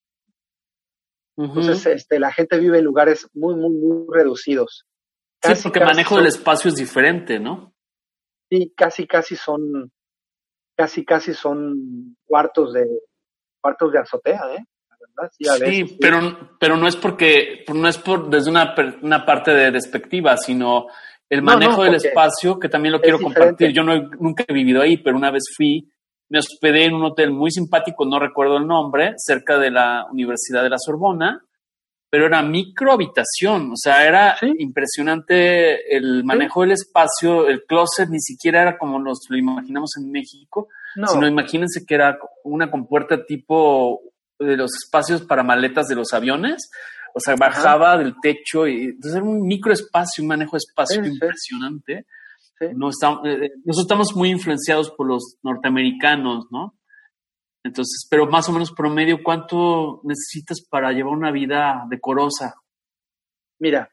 Uh-huh. Entonces, este, la gente vive en lugares muy, muy, muy reducidos. Casi, sí, porque el manejo son, del espacio es diferente, ¿no? Sí, casi, casi son, casi, casi son cuartos de, cuartos de azotea, ¿eh? Sí, a veces, sí, pero, pero no es porque, no es por desde una, una parte de despectiva, sino el manejo no, no, del espacio, que también lo quiero diferente. compartir. Yo no he, nunca he vivido ahí, pero una vez fui, me hospedé en un hotel muy simpático, no recuerdo el nombre, cerca de la Universidad de la Sorbona, pero era micro habitación, o sea, era ¿sí? impresionante el manejo sí. del espacio, el closet ni siquiera era como nos lo imaginamos en México, no. sino imagínense que era una compuerta tipo de los espacios para maletas de los aviones, o sea, bajaba Ajá. del techo y entonces era un microespacio, un manejo de espacio sí, impresionante. Sí. No estamos, eh, nosotros estamos muy influenciados por los norteamericanos, ¿no? Entonces, pero más o menos promedio, ¿cuánto necesitas para llevar una vida decorosa? Mira,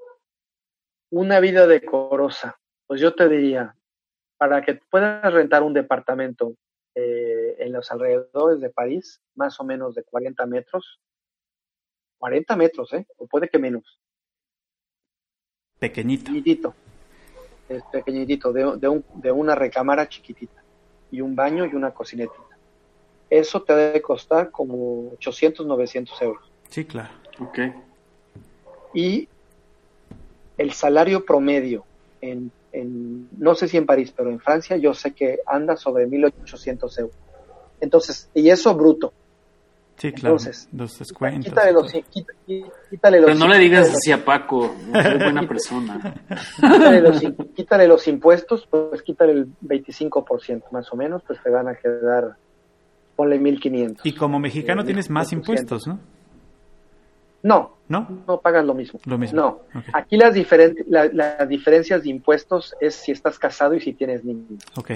una vida decorosa, pues yo te diría, para que puedas rentar un departamento eh, en los alrededores de París, más o menos de cuarenta metros, cuarenta metros, ¿eh? O puede que menos. Pequeñito. Pequeñitito. Es pequeñitito, de, de, un, de una recámara chiquitita. Y un baño y una cocinetita. Eso te debe costar como ochocientos, novecientos euros. Sí, claro. Ok. Y el salario promedio, en, en no sé si en París, pero en Francia yo sé que anda sobre mil ochocientos euros. Entonces, y eso bruto. Sí, claro. Entonces, los descuentos. Quítale los, quita, quítale los, Pero no le digas los, así a Paco, no soy buena persona. Quítale los, quítale los impuestos, pues quítale el veinticinco por ciento más o menos, pues te van a quedar, ponle mil quinientos. Y como mexicano eh, tienes más impuestos, ¿no? No, no, no pagas lo mismo. Lo mismo. No, okay. Aquí las, diferen- la, las diferencias de impuestos es si estás casado y si tienes niños. Ok.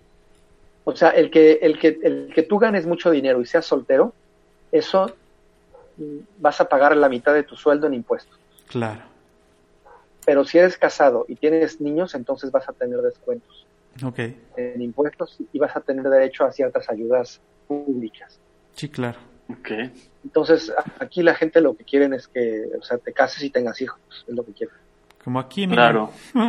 O sea, el que, el que, el que tú ganes mucho dinero y seas soltero, eso vas a pagar la mitad de tu sueldo en impuestos. Claro. Pero si eres casado y tienes niños, entonces vas a tener descuentos okay. en impuestos y vas a tener derecho a ciertas ayudas públicas. Sí, claro. Okay. Entonces, aquí la gente lo que quieren es que, o sea, te cases y tengas hijos, es lo que quieren. Como aquí, ¿no? Claro.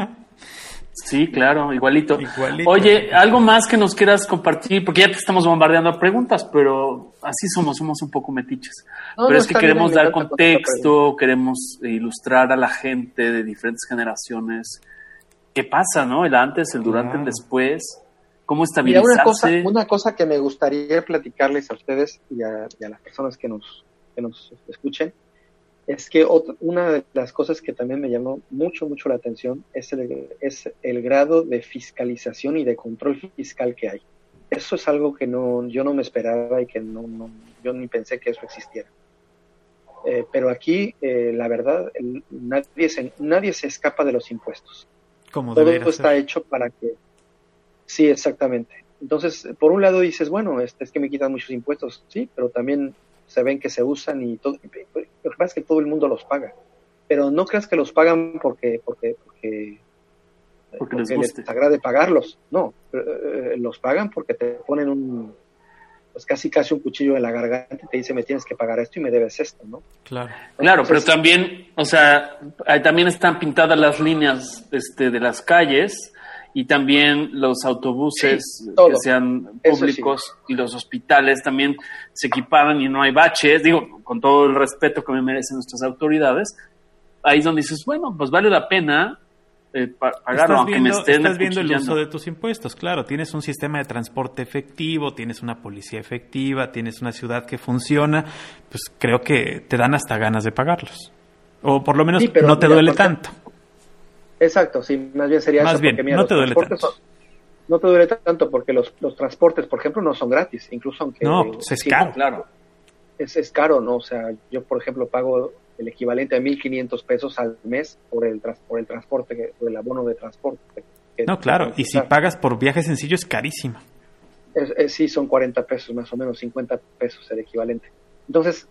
Sí, claro, igualito. igualito. Oye, algo más que nos quieras compartir, porque ya te estamos bombardeando preguntas, pero así somos, somos un poco metiches. No, pero no, es que queremos bien, dar contexto, queremos ilustrar a la gente de diferentes generaciones. ¿Qué pasa, no? El antes, el durante, claro. el después. ¿Cómo estabilizarse? Mira, una cosa, una cosa que me gustaría platicarles a ustedes y a, y a las personas que nos, que nos escuchen, es que otra, una de las cosas que también me llamó mucho, mucho la atención es el, es el grado de fiscalización y de control fiscal que hay. Eso es algo que no, yo no me esperaba y que no, no yo ni pensé que eso existiera. Eh, pero aquí, eh, la verdad, el, nadie, se, nadie se escapa de los impuestos. Como Todo debería está ser. hecho para que... Sí, exactamente. Entonces, por un lado dices, bueno, este, es que me quitan muchos impuestos, sí, pero también se ven que se usan y todo. Lo que pasa es que todo el mundo los paga, pero no creas que los pagan porque porque porque, porque, porque les, les agrade pagarlos, no, eh, los pagan porque te ponen un, pues casi casi un cuchillo en la garganta y te dice me tienes que pagar esto y me debes esto, ¿no? Claro, Entonces, claro, pero también, o sea, también están pintadas las líneas este, de las calles. Y también los autobuses sí, que sean públicos sí. Y los hospitales también se equiparan y no hay baches. Digo, con todo el respeto que me merecen nuestras autoridades, ahí es donde dices, bueno, pues vale la pena eh, pagarlo, aunque viendo, me estén Estás viendo el uso de tus impuestos, claro. Tienes un sistema de transporte efectivo, tienes una policía efectiva, tienes una ciudad que funciona, pues creo que te dan hasta ganas de pagarlos. O por lo menos sí, no te duele tanto. Exacto, sí, más bien sería más eso. Bien, porque, mira, no te duele tanto. Son, no te duele tanto porque los, los transportes, por ejemplo, no son gratis, incluso aunque... No, pues es sí, caro. Claro, es, es caro, ¿no? O sea, yo, por ejemplo, pago el equivalente a mil quinientos pesos al mes por el, por el transporte, por el abono de transporte. Que, no, claro, y si pagas por viaje sencillo es carísimo. Es, es, sí, son cuarenta pesos, más o menos, cincuenta pesos el equivalente. Entonces...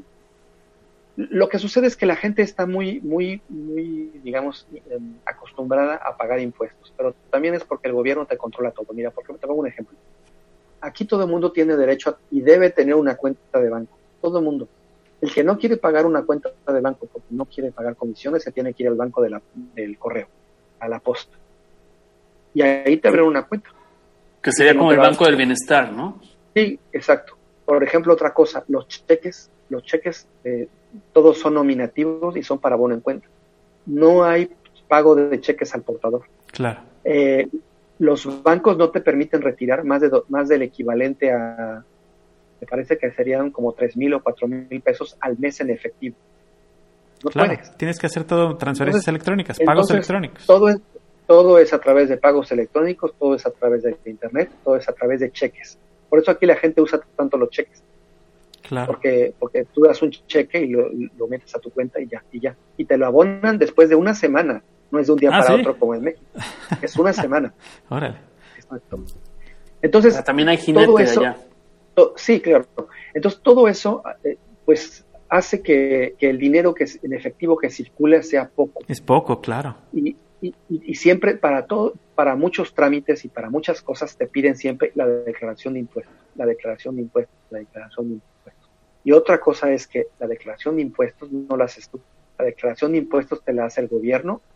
Lo que sucede es que la gente está muy, muy, muy, digamos, eh, acostumbrada a pagar impuestos, pero también es porque el gobierno te controla todo. Mira, porque te pongo un ejemplo. Aquí todo el mundo tiene derecho a, y debe tener una cuenta de banco. Todo el mundo. El que no quiere pagar una cuenta de banco porque no quiere pagar comisiones, se tiene que ir al banco de la, del correo, a la posta. Y ahí te abren una cuenta. Que sería como el Banco del Bienestar, ¿no? Sí, exacto. Por ejemplo, otra cosa, los cheques, los cheques eh, todos son nominativos y son para abono en cuenta. No hay pago de cheques al portador. Claro. Eh, los bancos no te permiten retirar más de do, más del equivalente a, me parece que serían como tres mil o cuatro mil pesos al mes en efectivo. No claro, puedes. Tienes que hacer todo transferencias entonces, electrónicas, pagos entonces, electrónicos. Todo es, todo es a través de pagos electrónicos, todo es a través de internet, todo es a través de cheques. Por eso aquí la gente usa tanto los cheques. Claro. Porque, porque tú das un cheque y lo, lo metes a tu cuenta y ya, y ya. Y te lo abonan después de una semana. No es de un día ah, para ¿sí? otro como en México. Es una semana. Órale. Exacto. Entonces, o sea, también hay jinete todo eso, allá. To, sí, claro. Entonces, todo eso, eh, pues, hace que, que el dinero que en efectivo que circula sea poco. Es poco, claro. Y, y, y siempre, para todo, para muchos trámites y para muchas cosas, te piden siempre la declaración de impuestos, la declaración de impuestos, la declaración de impuestos. Y otra cosa es que la declaración de impuestos no la haces tú. La declaración de impuestos te la hace el gobierno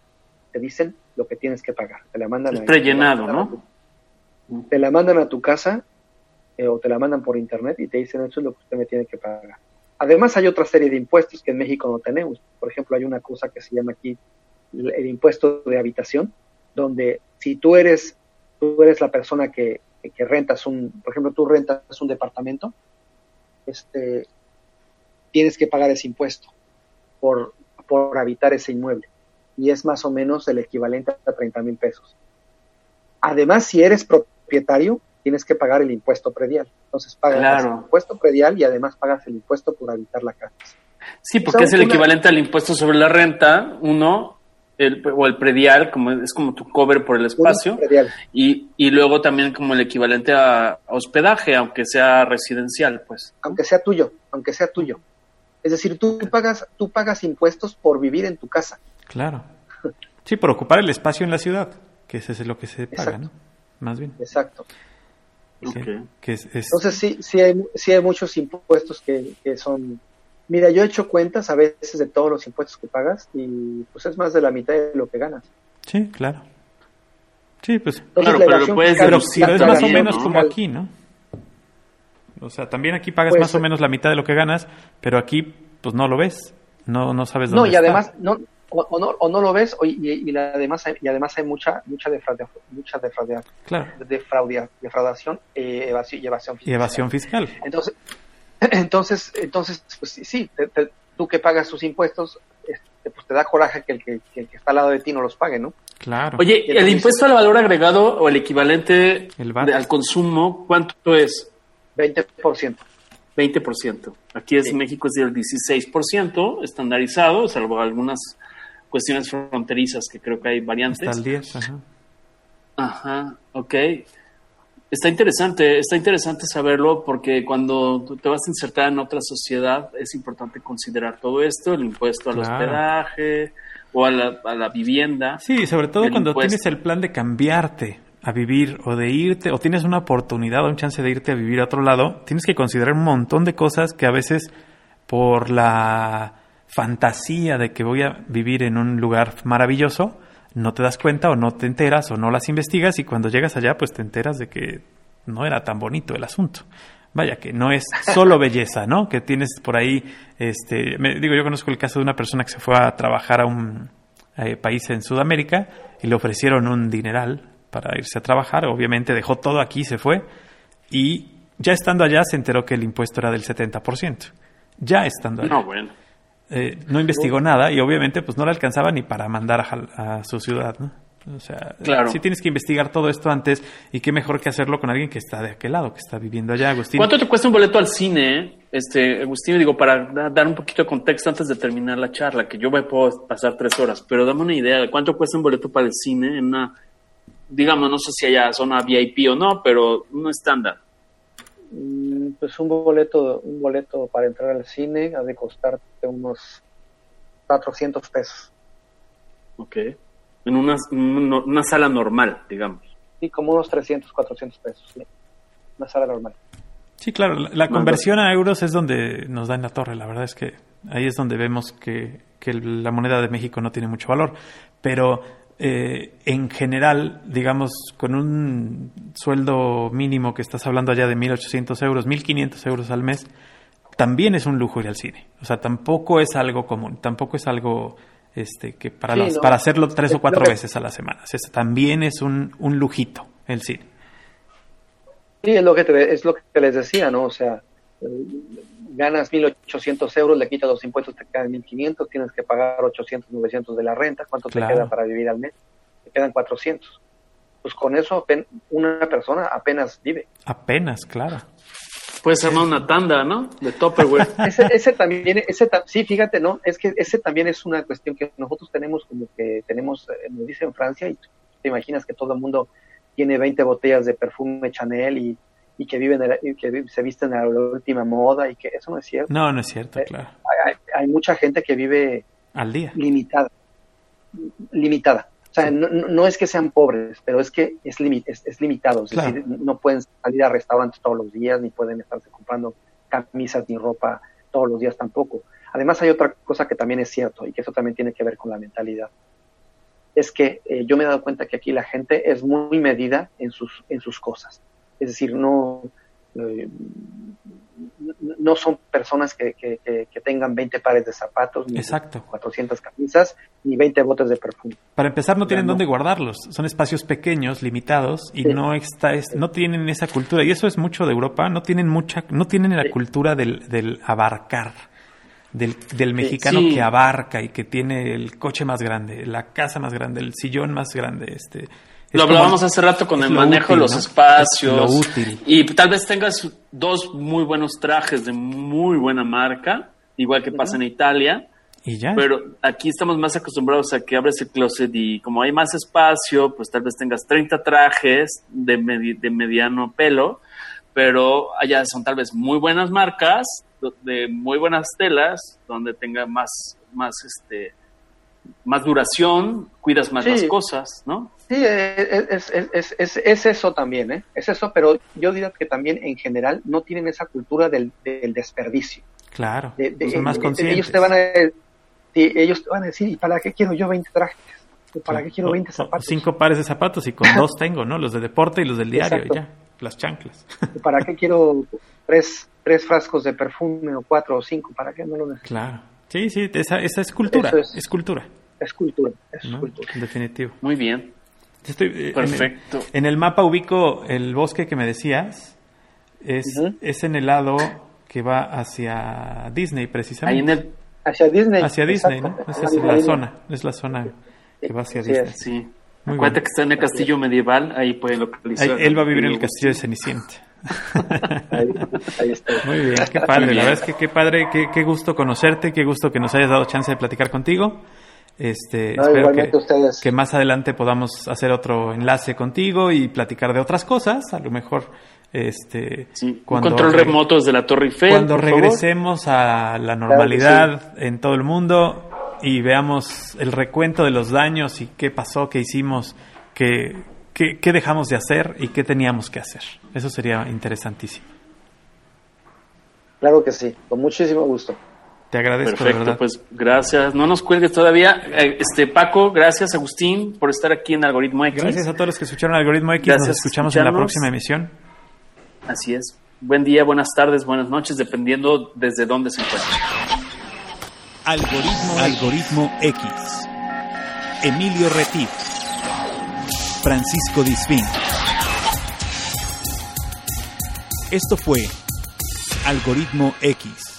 te dicen lo que tienes que pagar. Te la mandan es a, prellenado, a, ¿no? Te la mandan a tu casa eh, o te la mandan por internet y te dicen eso es lo que usted me tiene que pagar. Además hay otra serie de impuestos que en México no tenemos. Por ejemplo, hay una cosa que se llama aquí el, el impuesto de habitación, donde si tú eres tú eres la persona que, que, que rentas un, por ejemplo, tú rentas un departamento, este, tienes que pagar ese impuesto por, por habitar ese inmueble. Y es más o menos el equivalente a treinta mil pesos. Además, si eres propietario, tienes que pagar el impuesto predial. Entonces pagas claro. el impuesto predial y además pagas el impuesto por habitar la casa. Sí, porque o sea, es el una... equivalente al impuesto sobre la renta, uno, el, o el predial, como es como tu cover por el espacio, y, y luego también como el equivalente a, a hospedaje, aunque sea residencial, pues. Aunque sea tuyo, aunque sea tuyo. Es decir, tú pagas, tú pagas impuestos por vivir en tu casa. Claro. Sí, por ocupar el espacio en la ciudad, que ese es lo que se paga, exacto, ¿no? Más bien. Exacto. Okay. Que es, es... Entonces sí, sí hay, sí hay muchos impuestos que, que son... Mira, yo he hecho cuentas a veces de todos los impuestos que pagas y pues es más de la mitad de lo que ganas. Sí, claro. Sí, pues... Entonces, claro, pero lo puedes deducir. Pero es más o menos ¿no? como aquí, ¿no? O sea, también aquí pagas pues, más o menos la mitad de lo que ganas, pero aquí pues no lo ves, no no sabes dónde No, y está. además no o, o no o no lo ves o, y, y además hay, y además hay mucha mucha defraudación, mucha defraudación, claro. defraudación, defraudación eh, evasión, y evasión fiscal. Y evasión fiscal. Entonces entonces entonces pues sí, te, te, tú que pagas tus impuestos, este, pues te da coraje que el que, que el que está al lado de ti no los pague, ¿no? Claro. Oye, el impuesto al valor agregado o el equivalente el V A T de, al consumo, ¿cuánto es? veinte por ciento. veinte por ciento. Aquí en sí. México es del dieciséis por ciento estandarizado, salvo algunas cuestiones fronterizas que creo que hay variantes. Hasta el diez, ajá. Ajá, ok. Está interesante, está interesante saberlo porque cuando tú te vas a insertar en otra sociedad es importante considerar todo esto, el impuesto al claro. hospedaje o a la, a la vivienda. Sí, sobre todo cuando impuesto. tienes el plan de cambiarte a vivir o de irte, o tienes una oportunidad o un chance de irte a vivir a otro lado, tienes que considerar un montón de cosas que a veces por la fantasía de que voy a vivir en un lugar maravilloso, no te das cuenta o no te enteras o no las investigas y cuando llegas allá pues te enteras de que no era tan bonito el asunto. Vaya, que no es solo belleza, ¿no? Que tienes por ahí, este, me, digo, yo conozco el caso de una persona que se fue a trabajar a un eh, país en Sudamérica y le ofrecieron un dineral para irse a trabajar, obviamente dejó todo aquí, se fue y ya estando allá se enteró que el impuesto era del setenta por ciento. Ya estando allá. No, bueno. Eh, no investigó nada y obviamente pues no le alcanzaba ni para mandar a, a su ciudad, ¿no? O sea, claro. sí tienes que investigar todo esto antes y qué mejor que hacerlo con alguien que está de aquel lado, que está viviendo allá, Agustín. ¿Cuánto te cuesta un boleto al cine, este, Agustín? Digo, para dar un poquito de contexto antes de terminar la charla, que yo me puedo pasar tres horas, pero dame una idea de cuánto cuesta un boleto para el cine en una, digamos, no sé si haya zona V I P o no, pero no estándar. Pues un boleto, un boleto para entrar al cine ha de costarte unos cuatrocientos pesos. Ok. En una, una sala normal, digamos. Sí, como unos trescientos, cuatrocientos pesos. ¿Sí? Una sala normal. Sí, claro. La, la conversión a euros es donde nos da en la torre. La verdad es que ahí es donde vemos que, que la moneda de México no tiene mucho valor. Pero eh, en general, digamos, con un sueldo mínimo que estás hablando allá de mil ochocientos euros, mil quinientos euros al mes, también es un lujo ir al cine. O sea, tampoco es algo común, tampoco es algo este que para sí, las, no. para hacerlo tres es o cuatro que... veces a la semana. O sea, también es un, un lujito el cine. Sí, es lo que te, es lo que les decía, ¿no? O sea, eh, ganas mil ochocientos euros, le quitas los impuestos, te quedan mil quinientos, tienes que pagar ochocientos, novecientos de la renta. ¿Cuánto claro. te queda para vivir al mes? Te quedan cuatrocientos. Pues con eso una persona apenas vive. Apenas, claro. Puedes armar una tanda, ¿no? De Tupperware. ese, ese también, ese sí, fíjate, ¿no? Es que ese también es una cuestión que nosotros tenemos, como que tenemos, nos dice en Francia, y te imaginas que todo el mundo tiene veinte botellas de perfume Chanel y, y que viven, y que se visten a la última moda y que eso no es cierto. No, no es cierto, eh, claro. Hay, hay mucha gente que vive al día. Limitada. Limitada. O sea, no, no es que sean pobres, pero es que es, limit, es, es limitado. Es claro. decir, no pueden salir a restaurantes todos los días, ni pueden estarse comprando camisas ni ropa todos los días tampoco. Además, hay otra cosa que también es cierto, y que eso también tiene que ver con la mentalidad. es que eh, yo me he dado cuenta que aquí la gente es muy medida en sus, en sus cosas. Es decir, no, eh, no son personas que, que, que, que tengan veinte pares de zapatos, ni Exacto. cuatrocientas camisas, ni veinte botes de perfume. Para empezar, no tienen no. dónde guardarlos. Son espacios pequeños, limitados, y sí. no está, es, no tienen esa cultura. Y eso es mucho de Europa. No tienen mucha, no tienen la sí. cultura del, del abarcar, del, del mexicano sí. que abarca y que tiene el coche más grande, la casa más grande, el sillón más grande. Este, Lo hablábamos hace rato con el manejo útil, de los ¿no? espacios. Es lo útil. Y tal vez tengas dos muy buenos trajes de muy buena marca, igual que pasa en Italia. Y ya. Pero aquí estamos más acostumbrados a que abres el closet y como hay más espacio, pues tal vez tengas treinta trajes de, medi- de mediano pelo, pero allá son tal vez muy buenas marcas, de muy buenas telas, donde tenga más, más, este, más duración, cuidas más Sí. las cosas, ¿no? Sí, es, es, es, es, es eso también, ¿eh? Es eso, pero yo diría que también en general no tienen esa cultura del, del desperdicio. Claro, De, de, son más de, conscientes. Ellos te van a, sí, ellos te van a decir, ¿y para qué quiero yo veinte trajes? ¿Para qué quiero veinte O- o zapatos? Cinco pares de zapatos y con dos tengo, ¿no? Los de deporte y los del diario, Exacto. y ya. Las chanclas. ¿Para qué quiero tres, tres frascos de perfume o cuatro o cinco? ¿Para qué no lo necesito? Claro. Sí, sí, esa, esa es cultura. Eso Es, es- cultura. Es cultura, es ¿no? cultura. Definitivo. Muy bien. Estoy, eh, en el- Perfecto. En el, mapa ubico el bosque que me decías. Es, Ujú. es en el lado que va hacia Disney, precisamente. Ahí en el... Hacia Disney. Hacia Disney, exacto. ¿no? Esa es la zona. Es la zona que va hacia Así Disney. es. Sí. Muy Acuérdate bueno. que está en el castillo medieval, ahí puede localizar. Ahí- él va a vivir en el castillo de Cenicienta. Ahí, ahí está. Muy bien, qué padre. Muy bien. La verdad es que qué padre, qué, qué gusto conocerte, qué gusto que nos hayas dado chance de platicar contigo. Este, No, espero igualmente que, ustedes. que más adelante podamos hacer otro enlace contigo y platicar de otras cosas. A lo mejor, este, Sí. cuando Un control re- remoto desde la Torre Eiffel. cuando por favor. regresemos a la normalidad en todo el mundo y veamos el recuento de los daños y qué pasó, qué hicimos, qué, qué, qué dejamos de hacer y qué teníamos que hacer. Eso sería interesantísimo. Claro que sí, con muchísimo gusto. Te agradezco, de Perfecto, verdad. pues gracias. No nos cuelgues todavía. Eh, Este Paco, gracias Agustín por estar aquí en Algoritmo X. Gracias a todos los que escucharon Algoritmo X. Gracias Nos por escuchamos en la escucharnos. próxima emisión. Así es. Buen día, buenas tardes, buenas noches, dependiendo desde dónde se encuentre. Algoritmo, Algoritmo X. Emilio Retif. Francisco Disfín. Esto fue Algoritmo X.